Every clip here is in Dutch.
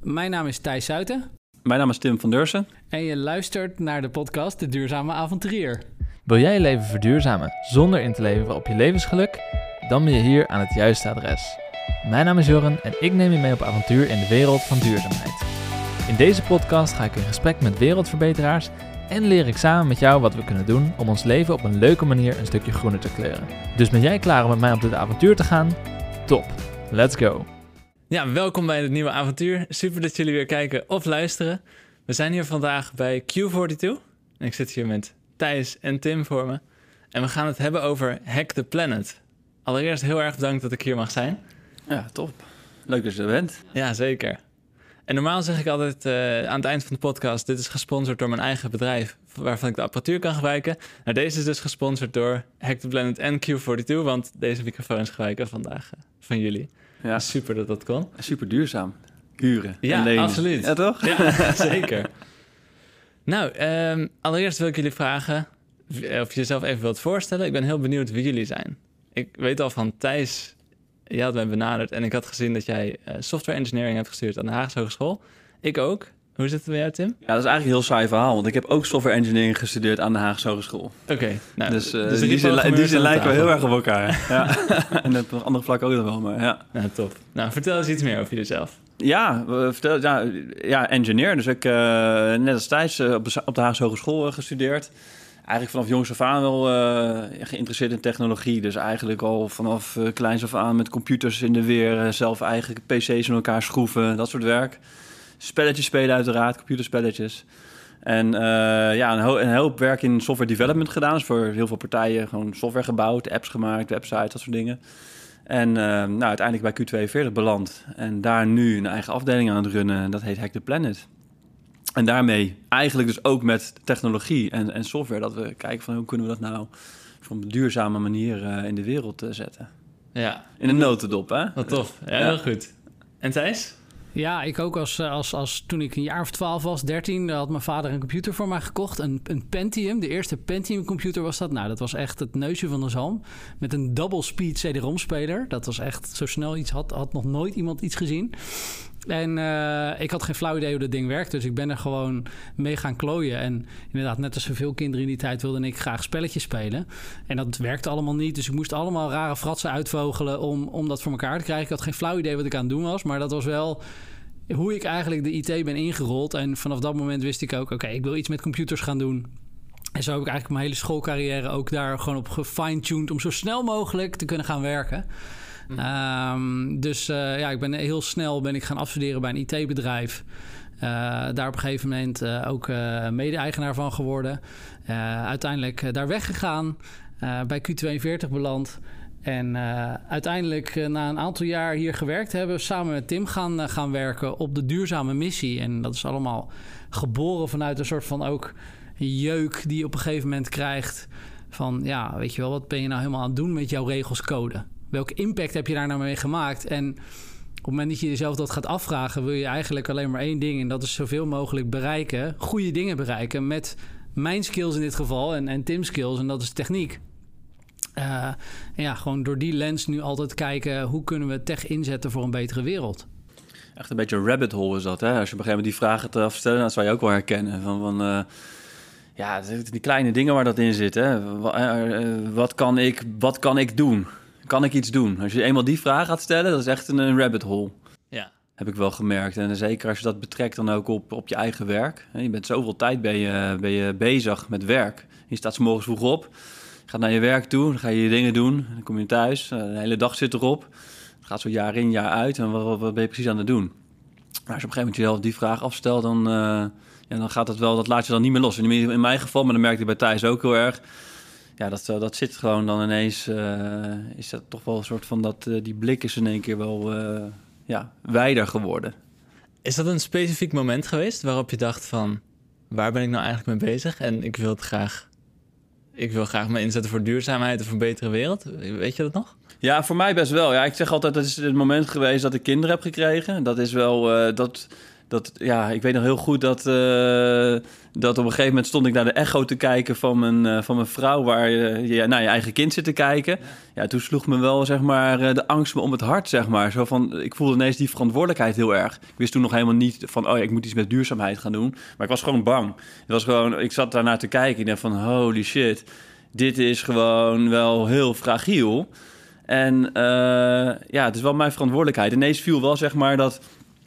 Mijn naam is Thijs Zuiten. Mijn naam is Tim van Deursen. En je luistert naar de podcast De Duurzame Avonturier. Wil jij je leven verduurzamen zonder in te leven op je levensgeluk? Dan ben je hier aan het juiste adres. Mijn naam is Jorren en ik neem je mee op avontuur in de wereld van duurzaamheid. In deze podcast ga ik in gesprek met wereldverbeteraars en leer ik samen met jou wat we kunnen doen om ons leven op een leuke manier een stukje groener te kleuren. Dus ben jij klaar om met mij op dit avontuur te gaan? Top, let's go! Ja, welkom bij het nieuwe avontuur. Super dat jullie weer kijken of luisteren. We zijn hier vandaag bij Q42. En ik zit hier met Thijs en Tim voor me. En we gaan het hebben over Hack the Planet. Allereerst heel erg bedankt dat ik hier mag zijn. Ja, top. Leuk dat je er bent. Ja, zeker. En normaal zeg ik altijd aan het eind van de podcast... dit is gesponsord door mijn eigen bedrijf... waarvan ik de apparatuur kan gebruiken. Nou, deze is dus gesponsord door Hack the Planet en Q42... want deze microfoons gebruiken vandaag van jullie. Ja. Super dat dat kon. Super duurzaam. Huren ja, en lenen. Absoluut. Ja, toch? Ja, zeker. Nou, allereerst wil ik jullie vragen... of je jezelf even wilt voorstellen. Ik ben heel benieuwd wie jullie zijn. Ik weet al van Thijs... je had mij benaderd en ik had gezien dat jij software engineering hebt gestuurd aan de Haagse Hogeschool. Ik ook. Hoe zit het bij jou, Tim? Ja, dat is eigenlijk een heel saai verhaal, want ik heb ook software engineering gestudeerd aan de Haagse Hogeschool. Oké. Nou, dus die zin lijken we heel erg op elkaar. Ja. En op andere vlakken ook nog wel, maar ja. Nou, top. Nou, vertel eens iets meer over jezelf. Ja, engineer. Dus ik, net als Thijs, op de Haagse Hogeschool gestudeerd. Eigenlijk vanaf jongs af aan wel geïnteresseerd in technologie. Dus eigenlijk al vanaf kleins af aan met computers in de weer... zelf eigen PC's in elkaar schroeven, dat soort werk. Spelletjes spelen uiteraard, computerspelletjes. En een hoop werk in software development gedaan. Dus voor heel veel partijen gewoon software gebouwd, apps gemaakt, websites, dat soort dingen. En uiteindelijk bij Q42 beland. En daar nu een eigen afdeling aan het runnen. Dat heet Hack the Planet. En daarmee eigenlijk dus ook met technologie en software... dat we kijken van hoe kunnen we dat nou... op een duurzame manier in de wereld zetten. Ja. In een notendop, hè? Wat tof. Ja, heel goed. En Thijs? Ja, ik ook als toen ik een jaar of 12 was, 13... had mijn vader een computer voor mij gekocht. Een Pentium, de eerste Pentium computer was dat. Nou, dat was echt het neusje van de zalm. Met een double speed CD-ROM-speler. Dat was echt zo snel iets, had nog nooit iemand iets gezien. En ik had geen flauw idee hoe dat ding werkt. Dus ik ben er gewoon mee gaan klooien. En inderdaad, net als zoveel kinderen in die tijd... wilde ik graag spelletjes spelen. En dat werkte allemaal niet. Dus ik moest allemaal rare fratsen uitvogelen... om dat voor elkaar te krijgen. Ik had geen flauw idee wat ik aan het doen was. Maar dat was wel hoe ik eigenlijk de IT ben ingerold. En vanaf dat moment wist ik ook... oké, ik wil iets met computers gaan doen. En zo heb ik eigenlijk mijn hele schoolcarrière... ook daar gewoon op gefine-tuned... om zo snel mogelijk te kunnen gaan werken... ik ben heel snel gaan afstuderen bij een IT-bedrijf. Daar op een gegeven moment ook mede-eigenaar van geworden. Uiteindelijk daar weggegaan. Bij Q42 beland. En uiteindelijk na een aantal jaar hier gewerkt hebben... samen met Tim gaan werken op de duurzame missie. En dat is allemaal geboren vanuit een soort van ook jeuk... die je op een gegeven moment krijgt. Van ja, weet je wel, wat ben je nou helemaal aan het doen met jouw regels code? Welke impact heb je daar nou mee gemaakt? En op het moment dat je jezelf dat gaat afvragen... wil je eigenlijk alleen maar één ding... en dat is zoveel mogelijk bereiken. Goede dingen bereiken met mijn skills in dit geval... en Tim's skills, en dat is techniek. Gewoon door die lens nu altijd kijken... hoe kunnen we tech inzetten voor een betere wereld? Echt een beetje een rabbit hole is dat, hè? Als je op een gegeven moment die vragen te afstellen... dat zou je ook wel herkennen. Die kleine dingen waar dat in zit, hè? Wat kan ik doen? Kan ik iets doen? Als je eenmaal die vraag gaat stellen, dat is echt een rabbit hole. Ja. Heb ik wel gemerkt. En zeker als je dat betrekt dan ook op je eigen werk. Je bent zoveel tijd ben je bezig met werk. Je staat 's morgens vroeg op, je gaat naar je werk toe, dan ga je je dingen doen. Dan kom je thuis, de hele dag zit erop. Het gaat zo jaar in, jaar uit. En wat ben je precies aan het doen? Maar als je op een gegeven moment jezelf die vraag afstelt, dan gaat het wel, dat laat je dan niet meer los. In mijn geval, maar dat merkte ik bij Thijs ook heel erg... Ja, dat zit gewoon dan ineens... is dat toch wel een soort van... die blik is in één keer wel wijder geworden. Is dat een specifiek moment geweest waarop je dacht van... waar ben ik nou eigenlijk mee bezig? En ik wil graag me inzetten voor duurzaamheid... of voor een betere wereld. Weet je dat nog? Ja, voor mij best wel. Ja, ik zeg altijd, dat is het moment geweest dat ik kinderen heb gekregen. Dat is wel... ik weet nog heel goed dat op een gegeven moment stond ik naar de echo te kijken van mijn vrouw, waar je naar je eigen kind zit te kijken. Ja, toen sloeg me wel, zeg maar, de angst me om het hart, zeg maar. Zo van, ik voelde ineens die verantwoordelijkheid heel erg. Ik wist toen nog helemaal niet van, ik moet iets met duurzaamheid gaan doen. Maar ik was gewoon bang. Het was gewoon, ik zat daarnaar te kijken. Ik dacht van, holy shit, dit is gewoon wel heel fragiel. En het is wel mijn verantwoordelijkheid. Ineens viel wel, zeg maar, dat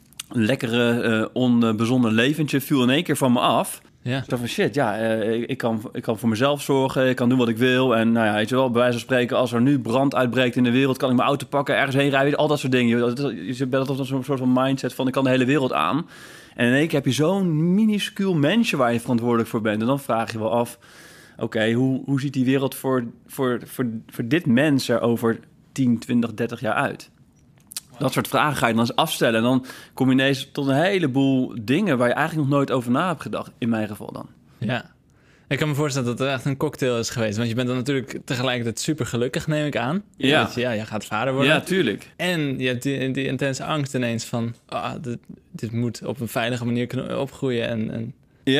lekkere, onbezonnen leventje viel in één keer van me af. Ja. Zo van shit, ik kan voor mezelf zorgen, ik kan doen wat ik wil. En nou ja, weet je wel, bij wijze van spreken, als er nu brand uitbreekt in de wereld, kan ik mijn auto pakken, ergens heen rijden, al dat soort dingen. Je bent op zo'n soort van mindset van, ik kan de hele wereld aan. En in één keer heb je zo'n minuscuul mensje waar je verantwoordelijk voor bent. En dan vraag je wel af, oké, hoe ziet die wereld voor dit mens er over 10, 20, 30 jaar uit? Dat soort vragen ga je dan eens afstellen. En dan kom je ineens tot een heleboel dingen waar je eigenlijk nog nooit over na hebt gedacht. In mijn geval dan. Ja. Ik kan me voorstellen dat er echt een cocktail is geweest. Want je bent dan natuurlijk tegelijkertijd super gelukkig, neem ik aan. Ja. Je gaat vader worden. Ja, tuurlijk. En je hebt die intense angst ineens van, dit moet op een veilige manier kunnen opgroeien. En...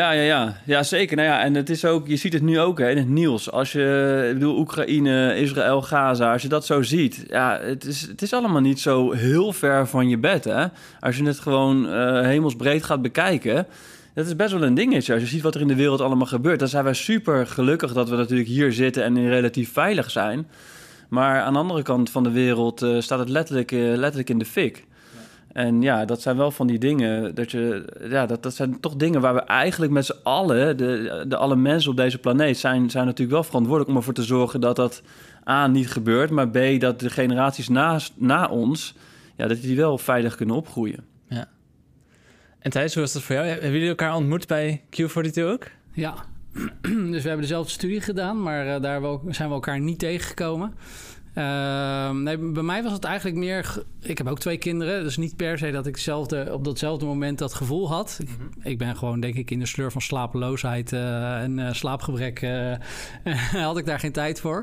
Ja, zeker. Nou ja, en het is ook, je ziet het nu ook in het nieuws. Als je, ik bedoel, Oekraïne, Israël, Gaza, als je dat zo ziet, ja, het is allemaal niet zo heel ver van je bed, hè. Als je het gewoon hemelsbreed gaat bekijken, dat is best wel een dingetje. Als je ziet wat er in de wereld allemaal gebeurt, dan zijn wij super gelukkig dat we natuurlijk hier zitten en relatief veilig zijn. Maar aan de andere kant van de wereld staat het letterlijk in de fik. En ja, dat zijn wel van die dingen, dat zijn toch dingen waar we eigenlijk met z'n allen, de alle mensen op deze planeet, zijn natuurlijk wel verantwoordelijk om ervoor te zorgen dat dat A, niet gebeurt, maar B, dat de generaties na ons, dat die wel veilig kunnen opgroeien. Ja. En Thijs, hoe was dat voor jou? Hebben jullie elkaar ontmoet bij Q42 ook? Ja, dus we hebben dezelfde studie gedaan, maar daar zijn we elkaar niet tegengekomen. Nee, bij mij was het eigenlijk meer... Ik heb ook 2 kinderen, dus niet per se dat ik op datzelfde moment dat gevoel had. Mm-hmm. Ik ben gewoon, denk ik, in de sleur van slapeloosheid en slaapgebrek... had ik daar geen tijd voor.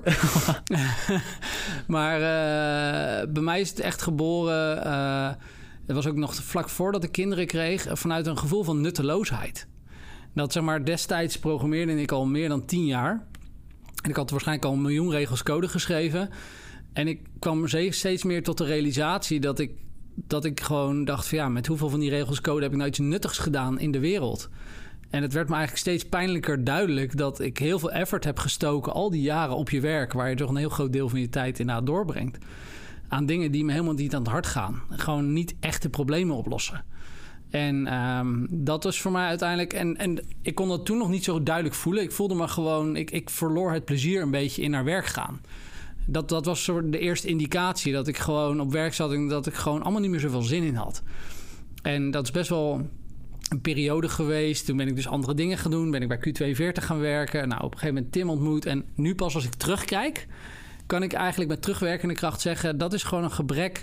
Maar bij mij is het echt geboren... het was ook nog vlak voordat ik kinderen kreeg... vanuit een gevoel van nutteloosheid. Dat, zeg maar, destijds programmeerde ik al meer dan 10 jaar... En ik had waarschijnlijk al 1 miljoen regels code geschreven. En ik kwam steeds meer tot de realisatie dat ik gewoon dacht van met hoeveel van die regels code heb ik nou iets nuttigs gedaan in de wereld. En het werd me eigenlijk steeds pijnlijker duidelijk dat ik heel veel effort heb gestoken al die jaren op je werk, waar je toch een heel groot deel van je tijd inderdaad doorbrengt. Aan dingen die me helemaal niet aan het hart gaan. Gewoon niet echte problemen oplossen. En dat was voor mij uiteindelijk... En ik kon dat toen nog niet zo duidelijk voelen. Ik voelde me gewoon... Ik verloor het plezier een beetje in naar werk gaan. Dat was de eerste indicatie dat ik gewoon op werk zat... en dat ik gewoon allemaal niet meer zoveel zin in had. En dat is best wel een periode geweest. Toen ben ik dus andere dingen gaan doen. Ben ik bij Q42 gaan werken. Nou, op een gegeven moment Tim ontmoet. En nu pas als ik terugkijk... kan ik eigenlijk met terugwerkende kracht zeggen... dat is gewoon een gebrek...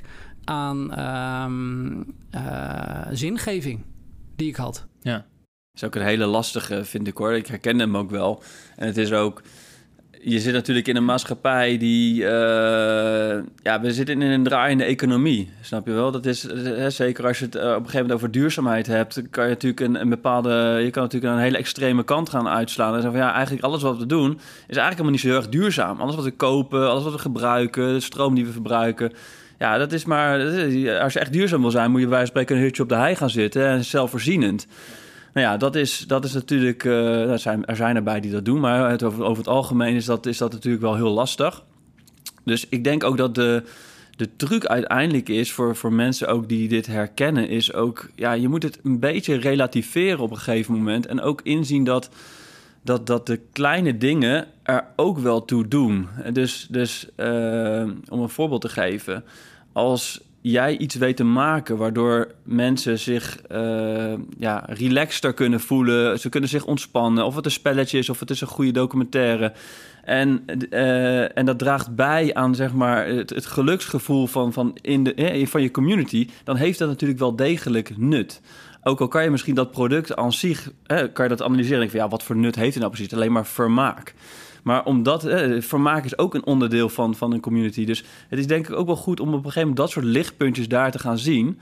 aan zingeving die ik had. Ja. Dat is ook een hele lastige, vind ik, hoor. Ik herken hem ook wel. En het is ook... Je zit natuurlijk in een maatschappij die... we zitten in een draaiende economie, snap je wel? Dat is zeker als je het op een gegeven moment over duurzaamheid hebt... kan je natuurlijk een bepaalde... Je kan natuurlijk een hele extreme kant gaan uitslaan. En zeggen van, eigenlijk alles wat we doen... is eigenlijk helemaal niet zo heel erg duurzaam. Alles wat we kopen, alles wat we gebruiken... de stroom die we verbruiken... Ja, dat is maar... Als je echt duurzaam wil zijn... moet je bij wijze van spreken een hutje op de hei gaan zitten... en zelfvoorzienend. Nou ja, dat is natuurlijk... er zijn erbij die dat doen... maar over het algemeen is dat natuurlijk wel heel lastig. Dus ik denk ook dat de truc uiteindelijk is... voor mensen ook die dit herkennen... is ook... Ja, je moet het een beetje relativeren op een gegeven moment... en ook inzien dat de kleine dingen er ook wel toe doen. Dus om een voorbeeld te geven... Als jij iets weet te maken waardoor mensen zich relaxter kunnen voelen... ze kunnen zich ontspannen, of het een spelletje is... of het is een goede documentaire... En dat draagt bij aan, zeg maar, het geluksgevoel van je community... dan heeft dat natuurlijk wel degelijk nut. Ook al kan je misschien dat product aan zich... kan je dat analyseren en denken van... wat voor nut heeft het nou precies? Alleen maar vermaak. Maar omdat vermaak is ook een onderdeel van een community. Dus het is denk ik ook wel goed om op een gegeven moment... dat soort lichtpuntjes daar te gaan zien.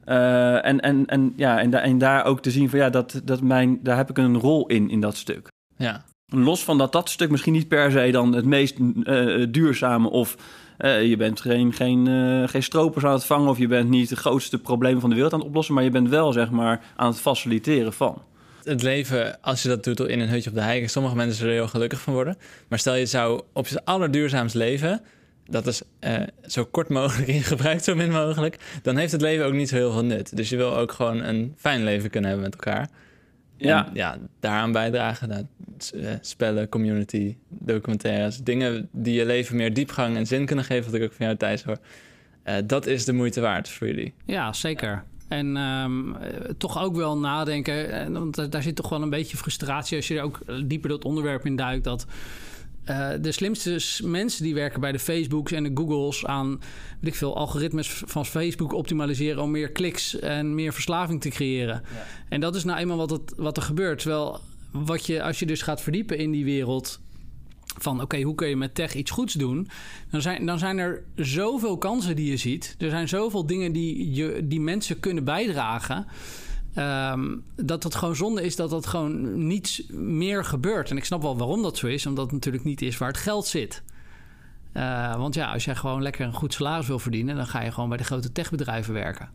En daar ook te zien van daar heb ik een rol in dat stuk. Ja. Los van dat stuk misschien niet per se dan het meest duurzame of je bent geen stropers aan het vangen of je bent niet het grootste probleem van de wereld aan het oplossen, maar je bent wel zeg maar aan het faciliteren van. Het leven, als je dat doet in een hutje op de hei, sommige mensen zullen er heel gelukkig van worden. Maar stel je zou op je allerduurzaamst leven, dat is zo kort mogelijk ingebruikt, zo min mogelijk, dan heeft het leven ook niet zo heel veel nut. Dus je wil ook gewoon een fijn leven kunnen hebben met elkaar. Ja. En daaraan bijdragen. Nou, spellen, community, documentaires, dingen die je leven meer diepgang en zin kunnen geven, wat ik ook van jou, Thijs, hoor. Dat is de moeite waard voor jullie. Ja, zeker. En toch ook wel nadenken, want daar zit toch wel een beetje frustratie als je er ook dieper dat onderwerp in duikt, dat de slimste mensen die werken bij de Facebooks en de Googles aan, weet ik veel, algoritmes van Facebook optimaliseren om meer kliks en meer verslaving te creëren. Ja. En dat is nou eenmaal wat er gebeurt. Terwijl als je dus gaat verdiepen in die wereld van oké, hoe kun je met tech iets goeds doen? Dan zijn er zoveel kansen die je ziet. Er zijn zoveel dingen die mensen kunnen bijdragen. Dat het gewoon zonde is dat gewoon niets meer gebeurt. En ik snap wel waarom dat zo is. Omdat het natuurlijk niet is waar het geld zit. Want ja, als jij gewoon lekker een goed salaris wil verdienen, dan ga je gewoon bij de grote techbedrijven werken.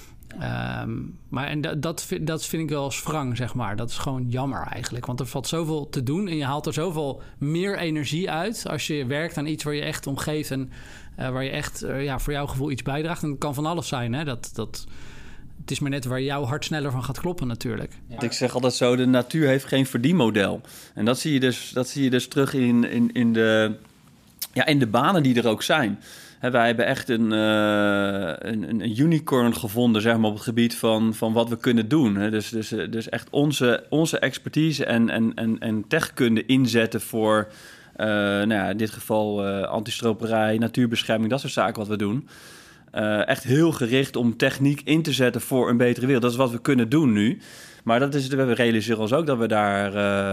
Maar dat vind ik wel eens wrang, zeg maar. Dat is gewoon jammer eigenlijk. Want er valt zoveel te doen en je haalt er zoveel meer energie uit als je werkt aan iets waar je echt om geeft en waar je echt voor jouw gevoel iets bijdraagt. En dat kan van alles zijn, hè. Het is maar net waar jouw hart sneller van gaat kloppen natuurlijk. Ja. Ik zeg altijd zo, de natuur heeft geen verdienmodel. En dat zie je dus terug in de banen die er ook zijn. Wij hebben echt een unicorn gevonden, zeg maar, op het gebied van wat we kunnen doen. Dus echt onze expertise en techkunde inzetten voor, in dit geval antistroperij, natuurbescherming, dat soort zaken wat we doen. Echt heel gericht om techniek in te zetten voor een betere wereld. Dat is wat we kunnen doen nu. Maar we realiseren ons ook dat we daar,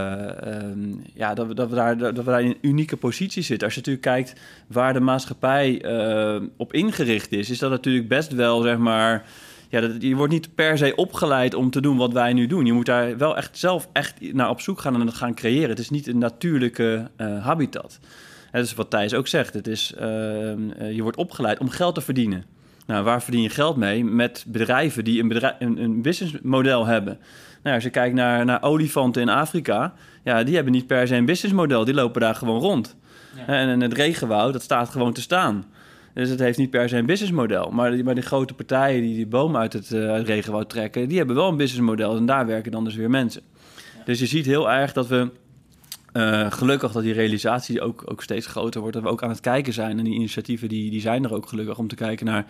dat we daar in een unieke positie zitten. Als je natuurlijk kijkt waar de maatschappij op ingericht is dat natuurlijk best wel, zeg maar, je wordt niet per se opgeleid om te doen wat wij nu doen. Je moet daar wel echt zelf naar op zoek gaan en dat gaan creëren. Het is niet een natuurlijke habitat. Dat is wat Thijs ook zegt. Het is, je wordt opgeleid om geld te verdienen. Nou, waar verdien je geld mee? Met bedrijven die een businessmodel hebben. Nou, als je kijkt naar olifanten in Afrika, die hebben niet per se een businessmodel. Die lopen daar gewoon rond. Ja. En het regenwoud, dat staat gewoon te staan. Dus het heeft niet per se een businessmodel. Maar die grote partijen die bomen uit het regenwoud trekken, die hebben wel een businessmodel. En daar werken dan dus weer mensen. Ja. Dus je ziet heel erg dat we gelukkig dat die realisatie ook steeds groter wordt. Dat we ook aan het kijken zijn. En die initiatieven die zijn er ook gelukkig om te kijken naar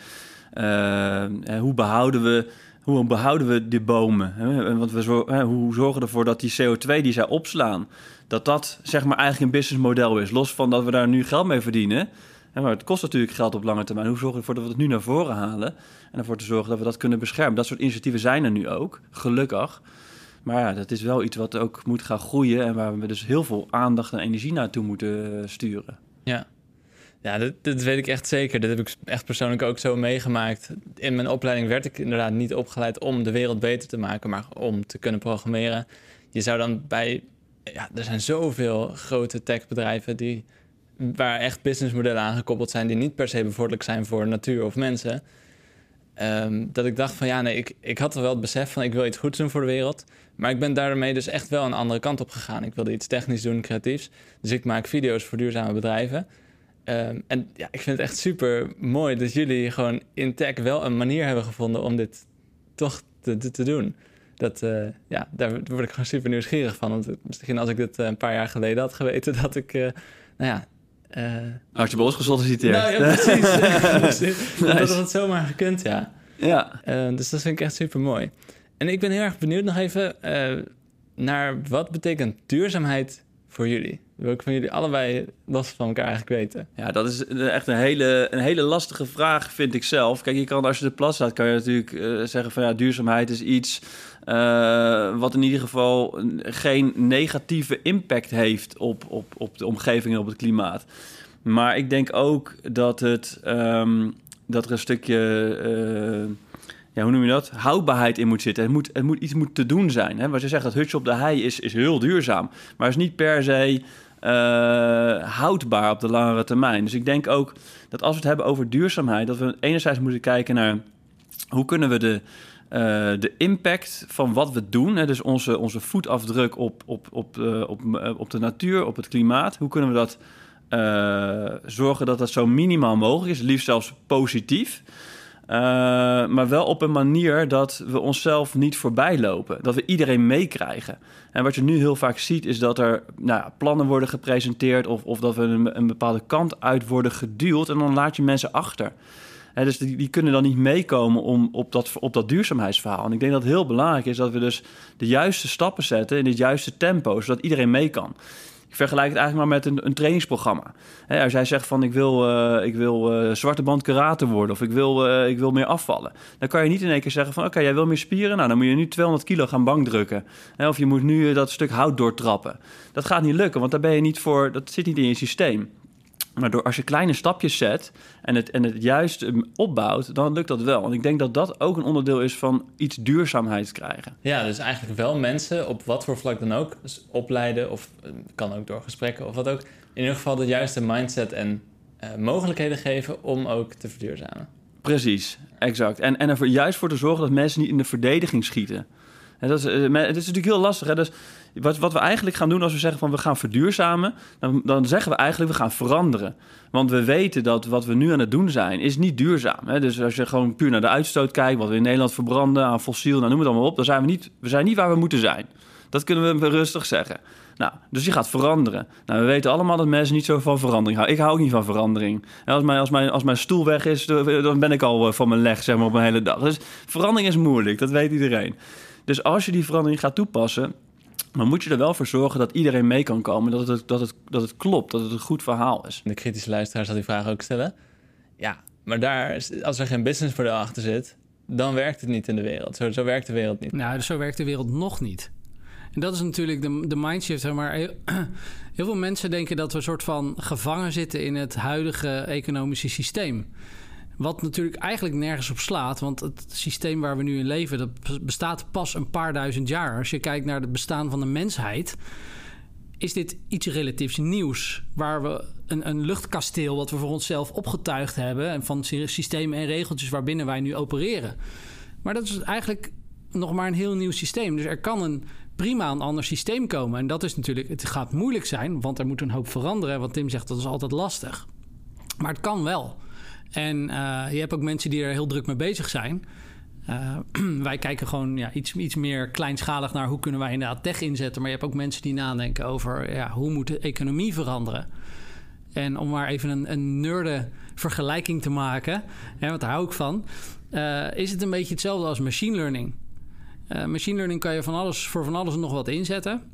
hoe behouden we die bomen. Want hoe zorgen we ervoor dat die CO2 die zij opslaan, dat zeg maar eigenlijk een businessmodel is. Los van dat we daar nu geld mee verdienen. Maar het kost natuurlijk geld op lange termijn. Hoe zorgen we ervoor dat we het nu naar voren halen? En ervoor te zorgen dat we dat kunnen beschermen. Dat soort initiatieven zijn er nu ook, gelukkig. Maar dat is wel iets wat ook moet gaan groeien en waar we dus heel veel aandacht en energie naartoe moeten sturen. Ja, dat weet ik echt zeker. Dat heb ik echt persoonlijk ook zo meegemaakt. In mijn opleiding werd ik inderdaad niet opgeleid om de wereld beter te maken, maar om te kunnen programmeren. Je zou dan er zijn zoveel grote techbedrijven waar echt businessmodellen aangekoppeld zijn die niet per se bevorderlijk zijn voor natuur of mensen. Dat ik dacht van ik had er wel het besef van ik wil iets goeds doen voor de wereld. Maar ik ben daarmee dus echt wel een andere kant op gegaan. Ik wilde iets technisch doen, creatiefs. Dus ik maak video's voor duurzame bedrijven. Ik vind het echt super mooi dat jullie gewoon in tech wel een manier hebben gevonden om dit toch te doen. Daar word ik gewoon super nieuwsgierig van. Want misschien als ik dit een paar jaar geleden had geweten dat ik... Had je bij ons gesolliciteerd? Nou ja, precies. Nice. Dat had het zomaar gekund, ja. Dus dat vind ik echt super mooi. En ik ben heel erg benieuwd nog even naar wat betekent duurzaamheid voor jullie? Dat wil ik van jullie allebei los van elkaar eigenlijk weten. Ja, dat is echt een hele lastige vraag, vind ik zelf. Kijk, als je de plat staat, kan je natuurlijk zeggen van duurzaamheid is iets wat in ieder geval geen negatieve impact heeft op de omgeving en op het klimaat. Maar ik denk ook dat er een stukje hoe noem je dat? Houdbaarheid in moet zitten. Iets moet te doen zijn. Hè? Wat je zegt, dat hutje op de hei is heel duurzaam. Maar is niet per se houdbaar op de langere termijn. Dus ik denk ook dat als we het hebben over duurzaamheid, dat we enerzijds moeten kijken naar hoe kunnen we de impact van wat we doen, hè, dus onze voetafdruk op de natuur, op het klimaat, hoe kunnen we dat zorgen dat dat zo minimaal mogelijk is, liefst zelfs positief. Maar wel op een manier dat we onszelf niet voorbij lopen. Dat we iedereen meekrijgen. En wat je nu heel vaak ziet is dat er plannen worden gepresenteerd of dat we een bepaalde kant uit worden geduwd en dan laat je mensen achter. Dus die kunnen dan niet meekomen op dat duurzaamheidsverhaal. En ik denk dat het heel belangrijk is dat we dus de juiste stappen zetten in het juiste tempo, zodat iedereen mee kan. Ik vergelijk het eigenlijk maar met een trainingsprogramma. Als jij zegt van ik wil zwarte band karate worden of ik wil meer afvallen, dan kan je niet in één keer zeggen van oké, jij wil meer spieren, nou dan moet je nu 200 kilo gaan bankdrukken. Of je moet nu dat stuk hout doortrappen. Dat gaat niet lukken, want daar ben je niet voor, dat zit niet in je systeem. Maar als je kleine stapjes zet en het juist opbouwt, dan lukt dat wel. En ik denk dat dat ook een onderdeel is van iets duurzaamheid krijgen. Ja, dus eigenlijk wel mensen op wat voor vlak dan ook, dus opleiden of kan ook door gesprekken of wat ook, in ieder geval de juiste mindset en mogelijkheden geven om ook te verduurzamen. Precies, exact. En er juist voor te zorgen dat mensen niet in de verdediging schieten. En het is natuurlijk heel lastig. Hè? Dus wat we eigenlijk gaan doen als we zeggen van we gaan verduurzamen, dan zeggen we eigenlijk we gaan veranderen. Want we weten dat wat we nu aan het doen zijn, is niet duurzaam. Hè? Dus als je gewoon puur naar de uitstoot kijkt, wat we in Nederland verbranden aan fossiel, noem het allemaal op, dan zijn we zijn niet waar we moeten zijn. Dat kunnen we rustig zeggen. Nou, dus je gaat veranderen. Nou, we weten allemaal dat mensen niet zo van verandering houden. Ik hou ook niet van verandering. En als mijn stoel weg is, dan ben ik al van mijn leg, zeg maar, op een hele dag. Dus verandering is moeilijk, dat weet iedereen. Dus als je die verandering gaat toepassen, dan moet je er wel voor zorgen dat iedereen mee kan komen, dat het klopt, dat het een goed verhaal is. De kritische luisteraar zal die vraag ook stellen. Ja, maar als er geen businessmodel achter zit, dan werkt het niet in de wereld. Zo werkt de wereld niet. Nou, dus zo werkt de wereld nog niet. En dat is natuurlijk de mindshift. Maar heel veel mensen denken dat we een soort van gevangen zitten in het huidige economische systeem. Wat natuurlijk eigenlijk nergens op slaat. Want het systeem waar we nu in leven, dat bestaat pas een paar duizend jaar. Als je kijkt naar het bestaan van de mensheid, is dit iets relatiefs nieuws. Waar we een luchtkasteel wat we voor onszelf opgetuigd hebben, en van systemen en regeltjes waarbinnen wij nu opereren. Maar dat is eigenlijk nog maar een heel nieuw systeem. Dus er kan prima een ander systeem komen. En dat is natuurlijk, het gaat moeilijk zijn, want er moet een hoop veranderen. Wat Tim zegt, dat is altijd lastig. Maar het kan wel. En je hebt ook mensen die er heel druk mee bezig zijn. Wij kijken gewoon iets meer kleinschalig naar hoe kunnen wij inderdaad tech inzetten. Maar je hebt ook mensen die nadenken over hoe moet de economie veranderen. En om maar even een nerde vergelijking te maken, want daar hou ik van, is het een beetje hetzelfde als machine learning. Machine learning kan je voor van alles nog wat inzetten.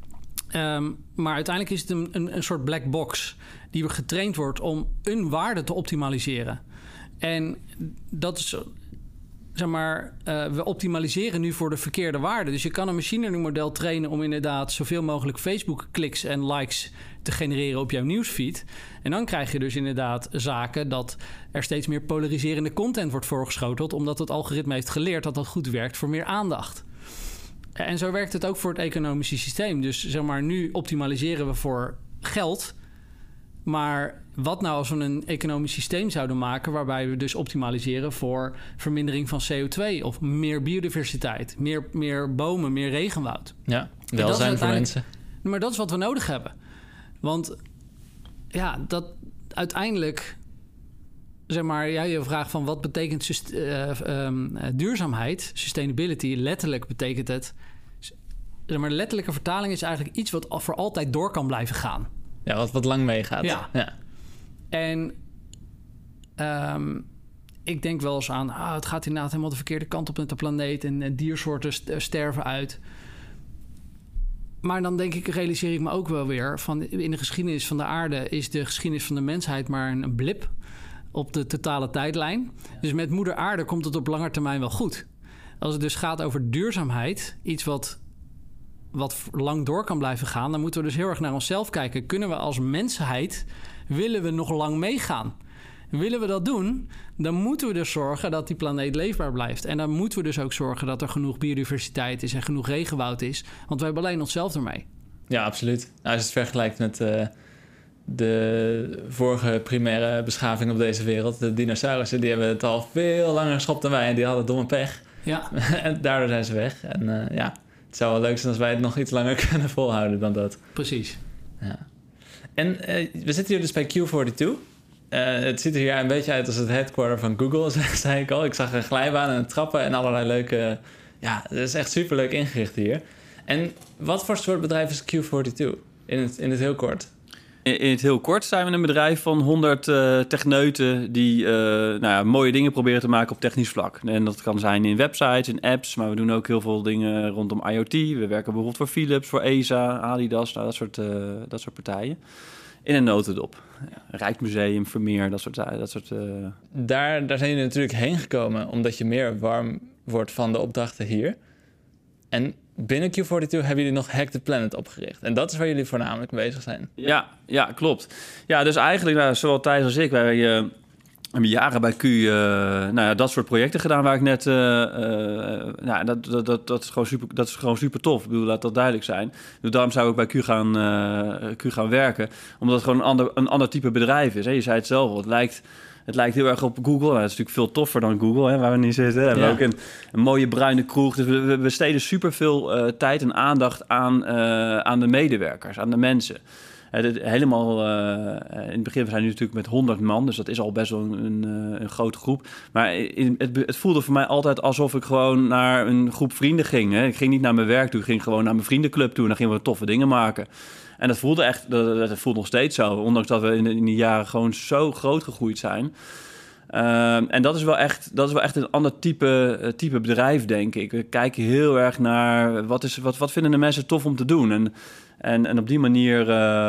Maar uiteindelijk is het een soort black box die getraind wordt om een waarde te optimaliseren. En dat is, zeg maar, we optimaliseren nu voor de verkeerde waarde. Dus je kan een machine learning model trainen om inderdaad zoveel mogelijk Facebook-kliks en likes te genereren op jouw nieuwsfeed. En dan krijg je dus inderdaad zaken dat er steeds meer polariserende content wordt voorgeschoteld, omdat het algoritme heeft geleerd dat dat goed werkt voor meer aandacht. En zo werkt het ook voor het economische systeem. Dus zeg maar, nu optimaliseren we voor geld. Maar wat nou als we een economisch systeem zouden maken waarbij we dus optimaliseren voor vermindering van CO2 of meer biodiversiteit, meer bomen, meer regenwoud. Ja, welzijn voor mensen. Maar dat is wat we nodig hebben. Want dat uiteindelijk, zeg maar, je vraagt van wat betekent duurzaamheid, sustainability, letterlijk betekent het, zeg maar, de letterlijke vertaling is eigenlijk iets wat voor altijd door kan blijven gaan. Ja, wat lang meegaat. Ja. En ik denk wel eens aan, het gaat inderdaad helemaal de verkeerde kant op met de planeet en diersoorten sterven uit. Maar dan realiseer ik me ook wel weer van in de geschiedenis van de aarde is de geschiedenis van de mensheid maar een blip op de totale tijdlijn. Dus met moeder aarde komt het op lange termijn wel goed. Als het dus gaat over duurzaamheid, iets wat lang door kan blijven gaan, dan moeten we dus heel erg naar onszelf kijken. Kunnen we als mensheid, willen we nog lang meegaan? Willen we dat doen, dan moeten we dus zorgen dat die planeet leefbaar blijft. En dan moeten we dus ook zorgen dat er genoeg biodiversiteit is en genoeg regenwoud is. Want we hebben alleen onszelf ermee. Ja, absoluut. Nou, als je het vergelijkt met de vorige primaire beschaving op deze wereld, de dinosaurussen, die hebben het al veel langer geschopt dan wij en die hadden domme pech. Ja. En daardoor zijn ze weg. En het zou wel leuk zijn als wij het nog iets langer kunnen volhouden dan dat. Precies. Ja. En we zitten hier dus bij Q42. Het ziet er hier een beetje uit als het headquarter van Google, zei ik al. Ik zag een glijbaan en trappen en allerlei leuke... Ja, het is echt superleuk ingericht hier. En wat voor soort bedrijf is Q42? In het heel kort. In het heel kort zijn we een bedrijf van 100 techneuten die mooie dingen proberen te maken op technisch vlak. En dat kan zijn in websites, in apps, maar we doen ook heel veel dingen rondom IoT. We werken bijvoorbeeld voor Philips, voor ESA, Adidas, dat soort partijen. In een notendop. Ja, Rijksmuseum, Vermeer, dat soort. Daar zijn jullie natuurlijk heen gekomen omdat je meer warm wordt van de opdrachten hier. En binnen Q42 hebben jullie nog Hack the Planet opgericht. En dat is waar jullie voornamelijk mee bezig zijn. Ja, klopt. Ja, dus eigenlijk, zowel Thijs als ik, wij hebben jaren bij Q dat soort projecten gedaan waar ik net... dat is gewoon super tof. Ik bedoel, laat dat duidelijk zijn. Dus daarom zou ik bij Q gaan werken. Omdat het gewoon een ander type bedrijf is. Hè? Je zei het zelf al, het lijkt heel erg op Google. Nou, dat is natuurlijk veel toffer dan Google, hè, waar we nu zitten. We hebben ook een mooie bruine kroeg. Dus we besteden superveel tijd en aandacht aan de medewerkers, aan de mensen. Helemaal in het begin, we zijn nu natuurlijk met 100 man, dus dat is al best wel een grote groep. Maar het voelde voor mij altijd alsof ik gewoon naar een groep vrienden ging. Hè. Ik ging niet naar mijn werk toe, ik ging gewoon naar mijn vriendenclub toe en dan gingen we toffe dingen maken. En dat voelde echt, dat voelt nog steeds zo, ondanks dat we in die jaren gewoon zo groot gegroeid zijn. En dat is wel echt een ander type bedrijf, denk ik. We kijken heel erg naar wat vinden de mensen tof om te doen. En op die manier,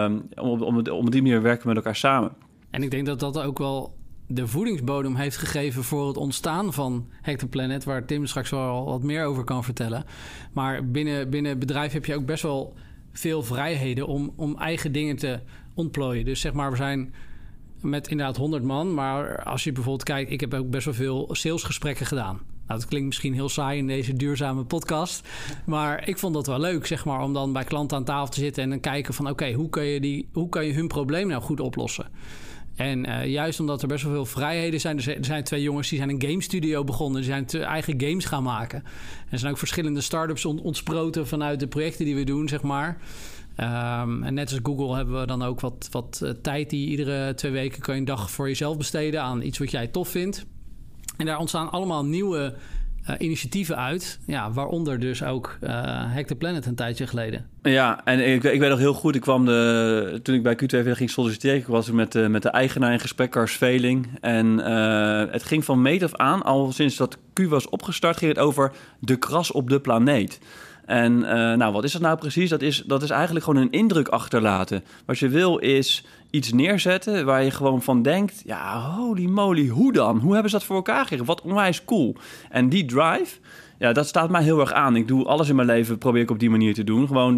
op die manier werken we met elkaar samen. En ik denk dat dat ook wel de voedingsbodem heeft gegeven voor het ontstaan van Hack the Planet, waar Tim straks wel wat meer over kan vertellen. Maar binnen het bedrijf heb je ook best wel veel vrijheden om eigen dingen te ontplooien. Dus zeg maar, we zijn met inderdaad 100 man. Maar als je bijvoorbeeld kijkt, ik heb ook best wel veel salesgesprekken gedaan. Nou, dat klinkt misschien heel saai in deze duurzame podcast. Maar ik vond dat wel leuk, zeg maar, om dan bij klanten aan tafel te zitten en dan kijken van oké, hoe kan je hun probleem nou goed oplossen? En juist omdat er best wel veel vrijheden zijn. Er zijn 2 jongens die zijn een game studio begonnen. Die zijn eigen games gaan maken. Er zijn ook verschillende start-ups ontsproten vanuit de projecten die we doen, zeg maar. En net als Google hebben we dan ook wat tijd die iedere 2 weken kan je een dag voor jezelf besteden aan iets wat jij tof vindt. En daar ontstaan allemaal nieuwe initiatieven uit. Ja, waaronder dus ook Hack the Planet een tijdje geleden. Ja, en ik weet nog heel goed, toen ik bij Q2 ging solliciteren, ik was met de eigenaar in gesprek, Kars Veling. En het ging van meet af aan, al sinds dat Q was opgestart, ging het over de kras op de planeet. En wat is dat nou precies? Dat is eigenlijk gewoon een indruk achterlaten. Wat je wil is iets neerzetten waar je gewoon van denkt, ja, holy moly, hoe dan? Hoe hebben ze dat voor elkaar gekregen? Wat onwijs cool. En die drive, ja, dat staat mij heel erg aan. Ik doe alles in mijn leven, probeer ik op die manier te doen. Gewoon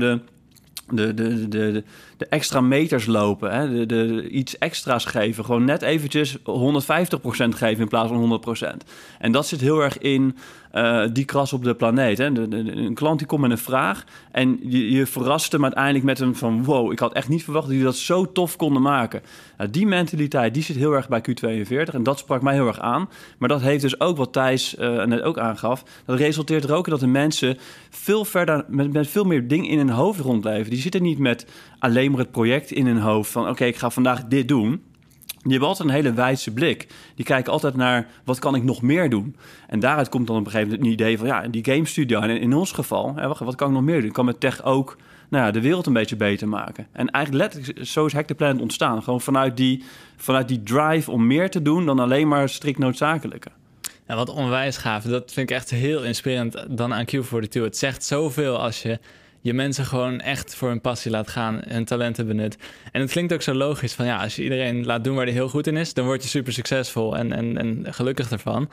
de extra meters lopen, hè? Iets extra's geven. Gewoon net eventjes 150% geven in plaats van 100%. En dat zit heel erg in die kras op de planeet. Hè? Een klant die komt met een vraag en je verrast hem uiteindelijk met hem van wow, ik had echt niet verwacht dat jullie dat zo tof konden maken. Die mentaliteit, die zit heel erg bij Q42 en dat sprak mij heel erg aan. Maar dat heeft dus ook, wat Thijs net ook aangaf, dat resulteert er ook in dat de mensen veel verder, met veel meer dingen in hun hoofd rondleven. Die zitten niet met alleen maar het project in hun hoofd van oké, ik ga vandaag dit doen. Die hebben altijd een hele wijdse blik. Die kijken altijd naar wat kan ik nog meer doen. En daaruit komt dan op een gegeven moment een idee van ja, die game studio. En in ons geval, wat kan ik nog meer doen? Ik kan met tech ook de wereld een beetje beter maken. En eigenlijk letterlijk, zo is Hack the Planet ontstaan. Gewoon vanuit die drive om meer te doen dan alleen maar strikt noodzakelijke. Ja, wat onwijs gaaf. Dat vind ik echt heel inspirerend dan aan Q42. Het zegt zoveel als je mensen gewoon echt voor hun passie laat gaan, hun talenten benut. En het klinkt ook zo logisch van ja, als je iedereen laat doen waar hij heel goed in is, dan word je super succesvol en gelukkig ervan.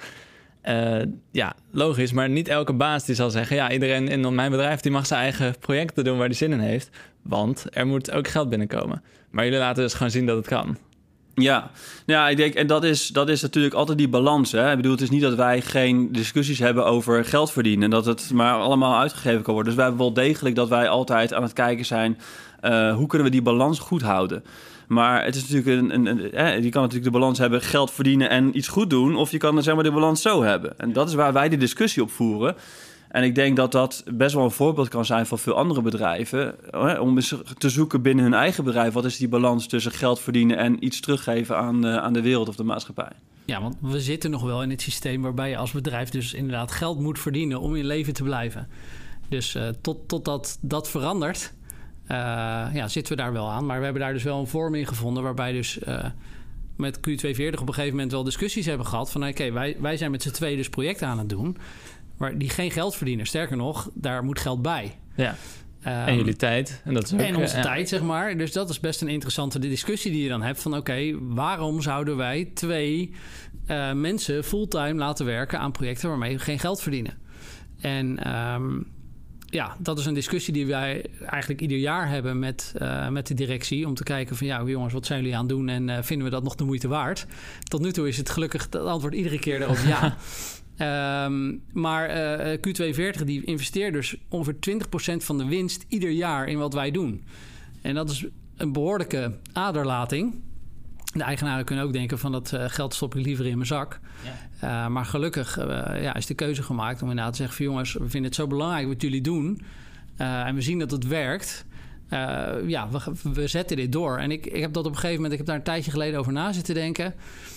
Ja, logisch, maar niet elke baas die zal zeggen ja, iedereen in mijn bedrijf die mag zijn eigen projecten doen waar hij zin in heeft, want er moet ook geld binnenkomen. Maar jullie laten dus gewoon zien dat het kan. Ja, ik denk, en dat is natuurlijk altijd die balans. Hè? Ik bedoel, het is niet dat wij geen discussies hebben over geld verdienen en dat het maar allemaal uitgegeven kan worden. Dus wij hebben wel degelijk dat wij altijd aan het kijken zijn, hoe kunnen we die balans goed houden? Maar het is natuurlijk je kan natuurlijk de balans hebben, geld verdienen en iets goed doen, of je kan zeg maar de balans zo hebben. En dat is waar wij de discussie op voeren. En ik denk dat dat best wel een voorbeeld kan zijn van veel andere bedrijven. Om eens te zoeken binnen hun eigen bedrijf. Wat is die balans tussen geld verdienen en iets teruggeven aan de wereld of de maatschappij? Ja, want we zitten nog wel in het systeem waarbij je als bedrijf dus inderdaad geld moet verdienen om in leven te blijven. Dus totdat dat verandert, zitten we daar wel aan. Maar we hebben daar dus wel een vorm in gevonden waarbij dus met Q240 op een gegeven moment wel discussies hebben gehad van oké, wij zijn met z'n tweeën dus projecten aan het doen, maar die geen geld verdienen. Sterker nog, daar moet geld bij. Ja. En jullie tijd. En, dat is ook, en onze tijd, zeg maar. Dus dat is best een interessante discussie die je dan hebt van oké, waarom zouden wij 2 mensen fulltime laten werken aan projecten waarmee we geen geld verdienen? En dat is een discussie die wij eigenlijk ieder jaar hebben met de directie om te kijken van jongens, wat zijn jullie aan het doen en vinden we dat nog de moeite waard? Tot nu toe is het gelukkig het antwoord iedere keer daarop ja. Maar Q240 die investeert dus ongeveer 20% van de winst ieder jaar in wat wij doen. En dat is een behoorlijke aderlating. De eigenaren kunnen ook denken van dat geld stop ik liever in mijn zak. Ja. Maar gelukkig is de keuze gemaakt om inderdaad te zeggen van jongens, we vinden het zo belangrijk wat jullie doen. En we zien dat het werkt. We zetten dit door. En ik heb dat op een gegeven moment, ik heb daar een tijdje geleden over na zitten denken.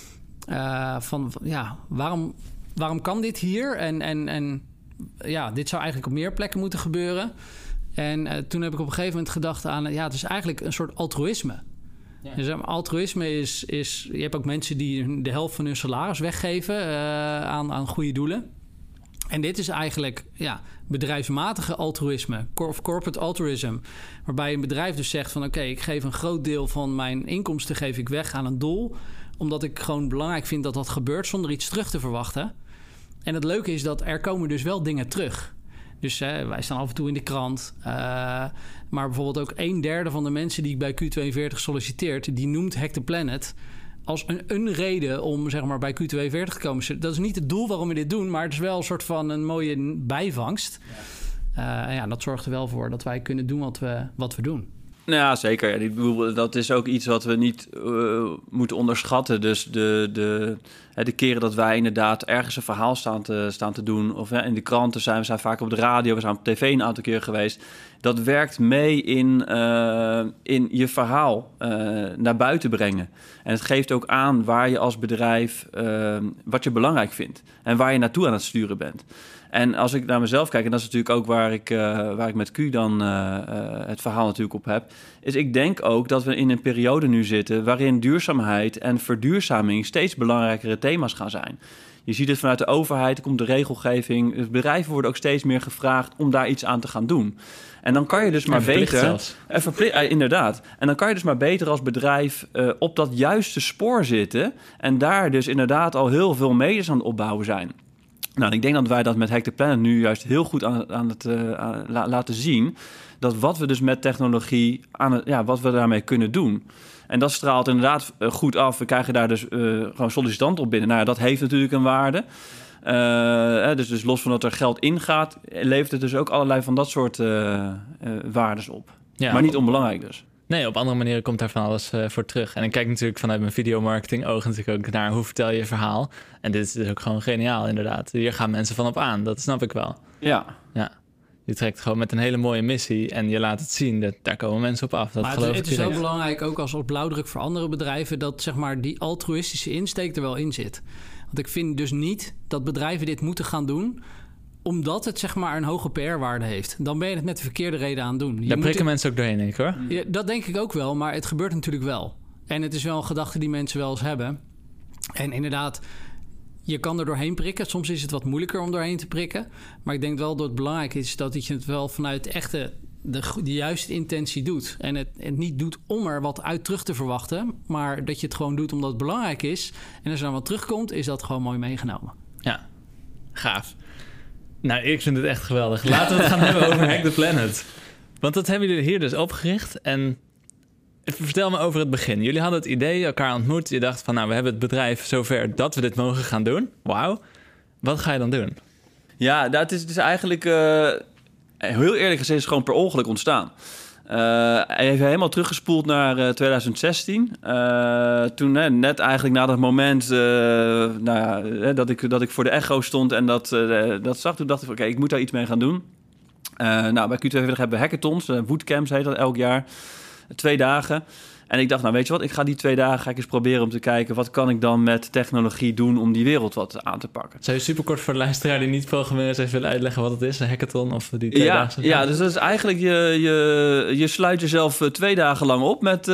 Waarom kan dit hier? En dit zou eigenlijk op meer plekken moeten gebeuren. En toen heb ik op een gegeven moment gedacht aan, het is eigenlijk een soort altruïsme. Ja. Dus altruïsme is, je hebt ook mensen die de helft van hun salaris weggeven aan goede doelen. En dit is eigenlijk bedrijfsmatige altruïsme, of corporate altruism. Waarbij een bedrijf dus zegt van oké, ik geef een groot deel van mijn inkomsten geef ik weg aan een doel, omdat ik gewoon belangrijk vind dat dat gebeurt zonder iets terug te verwachten. En het leuke is dat er komen dus wel dingen terug. Dus wij staan af en toe in de krant. Maar bijvoorbeeld ook 1/3 van de mensen die bij Q240 solliciteert, die noemt Hack the Planet als een reden om zeg maar bij Q240 te komen. Dat is niet het doel waarom we dit doen, maar het is wel een soort van een mooie bijvangst. Dat zorgt er wel voor dat wij kunnen doen wat we doen. Nou ja, zeker. Dat is ook iets wat we niet moeten onderschatten. Dus de keren dat wij inderdaad ergens een verhaal staan te doen, of in de kranten we zijn vaak op de radio, we zijn op tv een aantal keer geweest. Dat werkt mee in je verhaal naar buiten brengen. En het geeft ook aan waar je als bedrijf, wat je belangrijk vindt en waar je naartoe aan het sturen bent. En als ik naar mezelf kijk, en dat is natuurlijk ook waar ik met Q dan het verhaal natuurlijk op heb, is ik denk ook dat we in een periode nu zitten waarin duurzaamheid en verduurzaming steeds belangrijkere thema's gaan zijn. Je ziet het vanuit de overheid, er komt de regelgeving. Dus bedrijven worden ook steeds meer gevraagd om daar iets aan te gaan doen. En dan kan je dus maar beter... Inderdaad. En dan kan je dus maar beter als bedrijf op dat juiste spoor zitten en daar dus inderdaad al heel veel medes aan het opbouwen zijn. Nou, ik denk dat wij dat met Hack the Planet nu juist heel goed aan het laten zien. Dat wat we dus met technologie, wat we daarmee kunnen doen. En dat straalt inderdaad goed af. We krijgen daar dus gewoon sollicitanten op binnen. Nou ja, dat heeft natuurlijk een waarde. Dus los van dat er geld ingaat, levert het dus ook allerlei van dat soort waardes op. Ja, maar niet onbelangrijk dus. Nee, op andere manieren komt daar van alles voor terug. En ik kijk natuurlijk vanuit mijn videomarketing ogen natuurlijk ook naar hoe vertel je je verhaal. En dit is dus ook gewoon geniaal, inderdaad. Hier gaan mensen van op aan, dat snap ik wel. Ja. Je trekt gewoon met een hele mooie missie en je laat het zien. Daar komen mensen op af. Dat maar het is wel belangrijk, ook als op blauwdruk voor andere bedrijven, dat zeg maar die altruïstische insteek er wel in zit. Want ik vind dus niet dat bedrijven dit moeten gaan doen omdat het zeg maar een hoge PR-waarde heeft. Dan ben je het met de verkeerde reden aan het doen. Daar prikken mensen ook doorheen, denk ik, hoor. Ja, dat denk ik ook wel, maar het gebeurt natuurlijk wel. En het is wel een gedachte die mensen wel eens hebben. En inderdaad, je kan er doorheen prikken. Soms is het wat moeilijker om doorheen te prikken. Maar ik denk wel dat het belangrijk is dat je het wel vanuit echte de juiste intentie doet. En het niet doet om er wat uit terug te verwachten, maar dat je het gewoon doet omdat het belangrijk is. En als er dan wat terugkomt, is dat gewoon mooi meegenomen. Ja, gaaf. Nou, ik vind het echt geweldig. Laten we het gaan hebben over Hack the Planet. Want dat hebben jullie hier dus opgericht. En Vertel me over het begin. Jullie hadden het idee, elkaar ontmoet. Je dacht van, nou, we hebben het bedrijf zover dat we dit mogen gaan doen. Wauw. Wat ga je dan doen? Ja, het is eigenlijk... heel eerlijk gezegd is het gewoon per ongeluk ontstaan. Hij heeft helemaal teruggespoeld naar 2016. Toen, net eigenlijk na dat moment dat ik voor de Echo stond en dat zag, toen dacht ik, oké, ik moet daar iets mee gaan doen. Bij Q42 hebben we hackathons, bootcamps heet dat elk jaar. 2 dagen. En ik dacht, nou weet je wat, ik ga die 2 dagen ga ik eens proberen om te kijken, wat kan ik dan met technologie doen om die wereld wat aan te pakken. Zou je superkort voor de luisteraar die niet programmeren eens even willen uitleggen wat het is, een hackathon of die 2 dagen? Ja, dus dat is eigenlijk, je sluit jezelf 2 dagen lang op met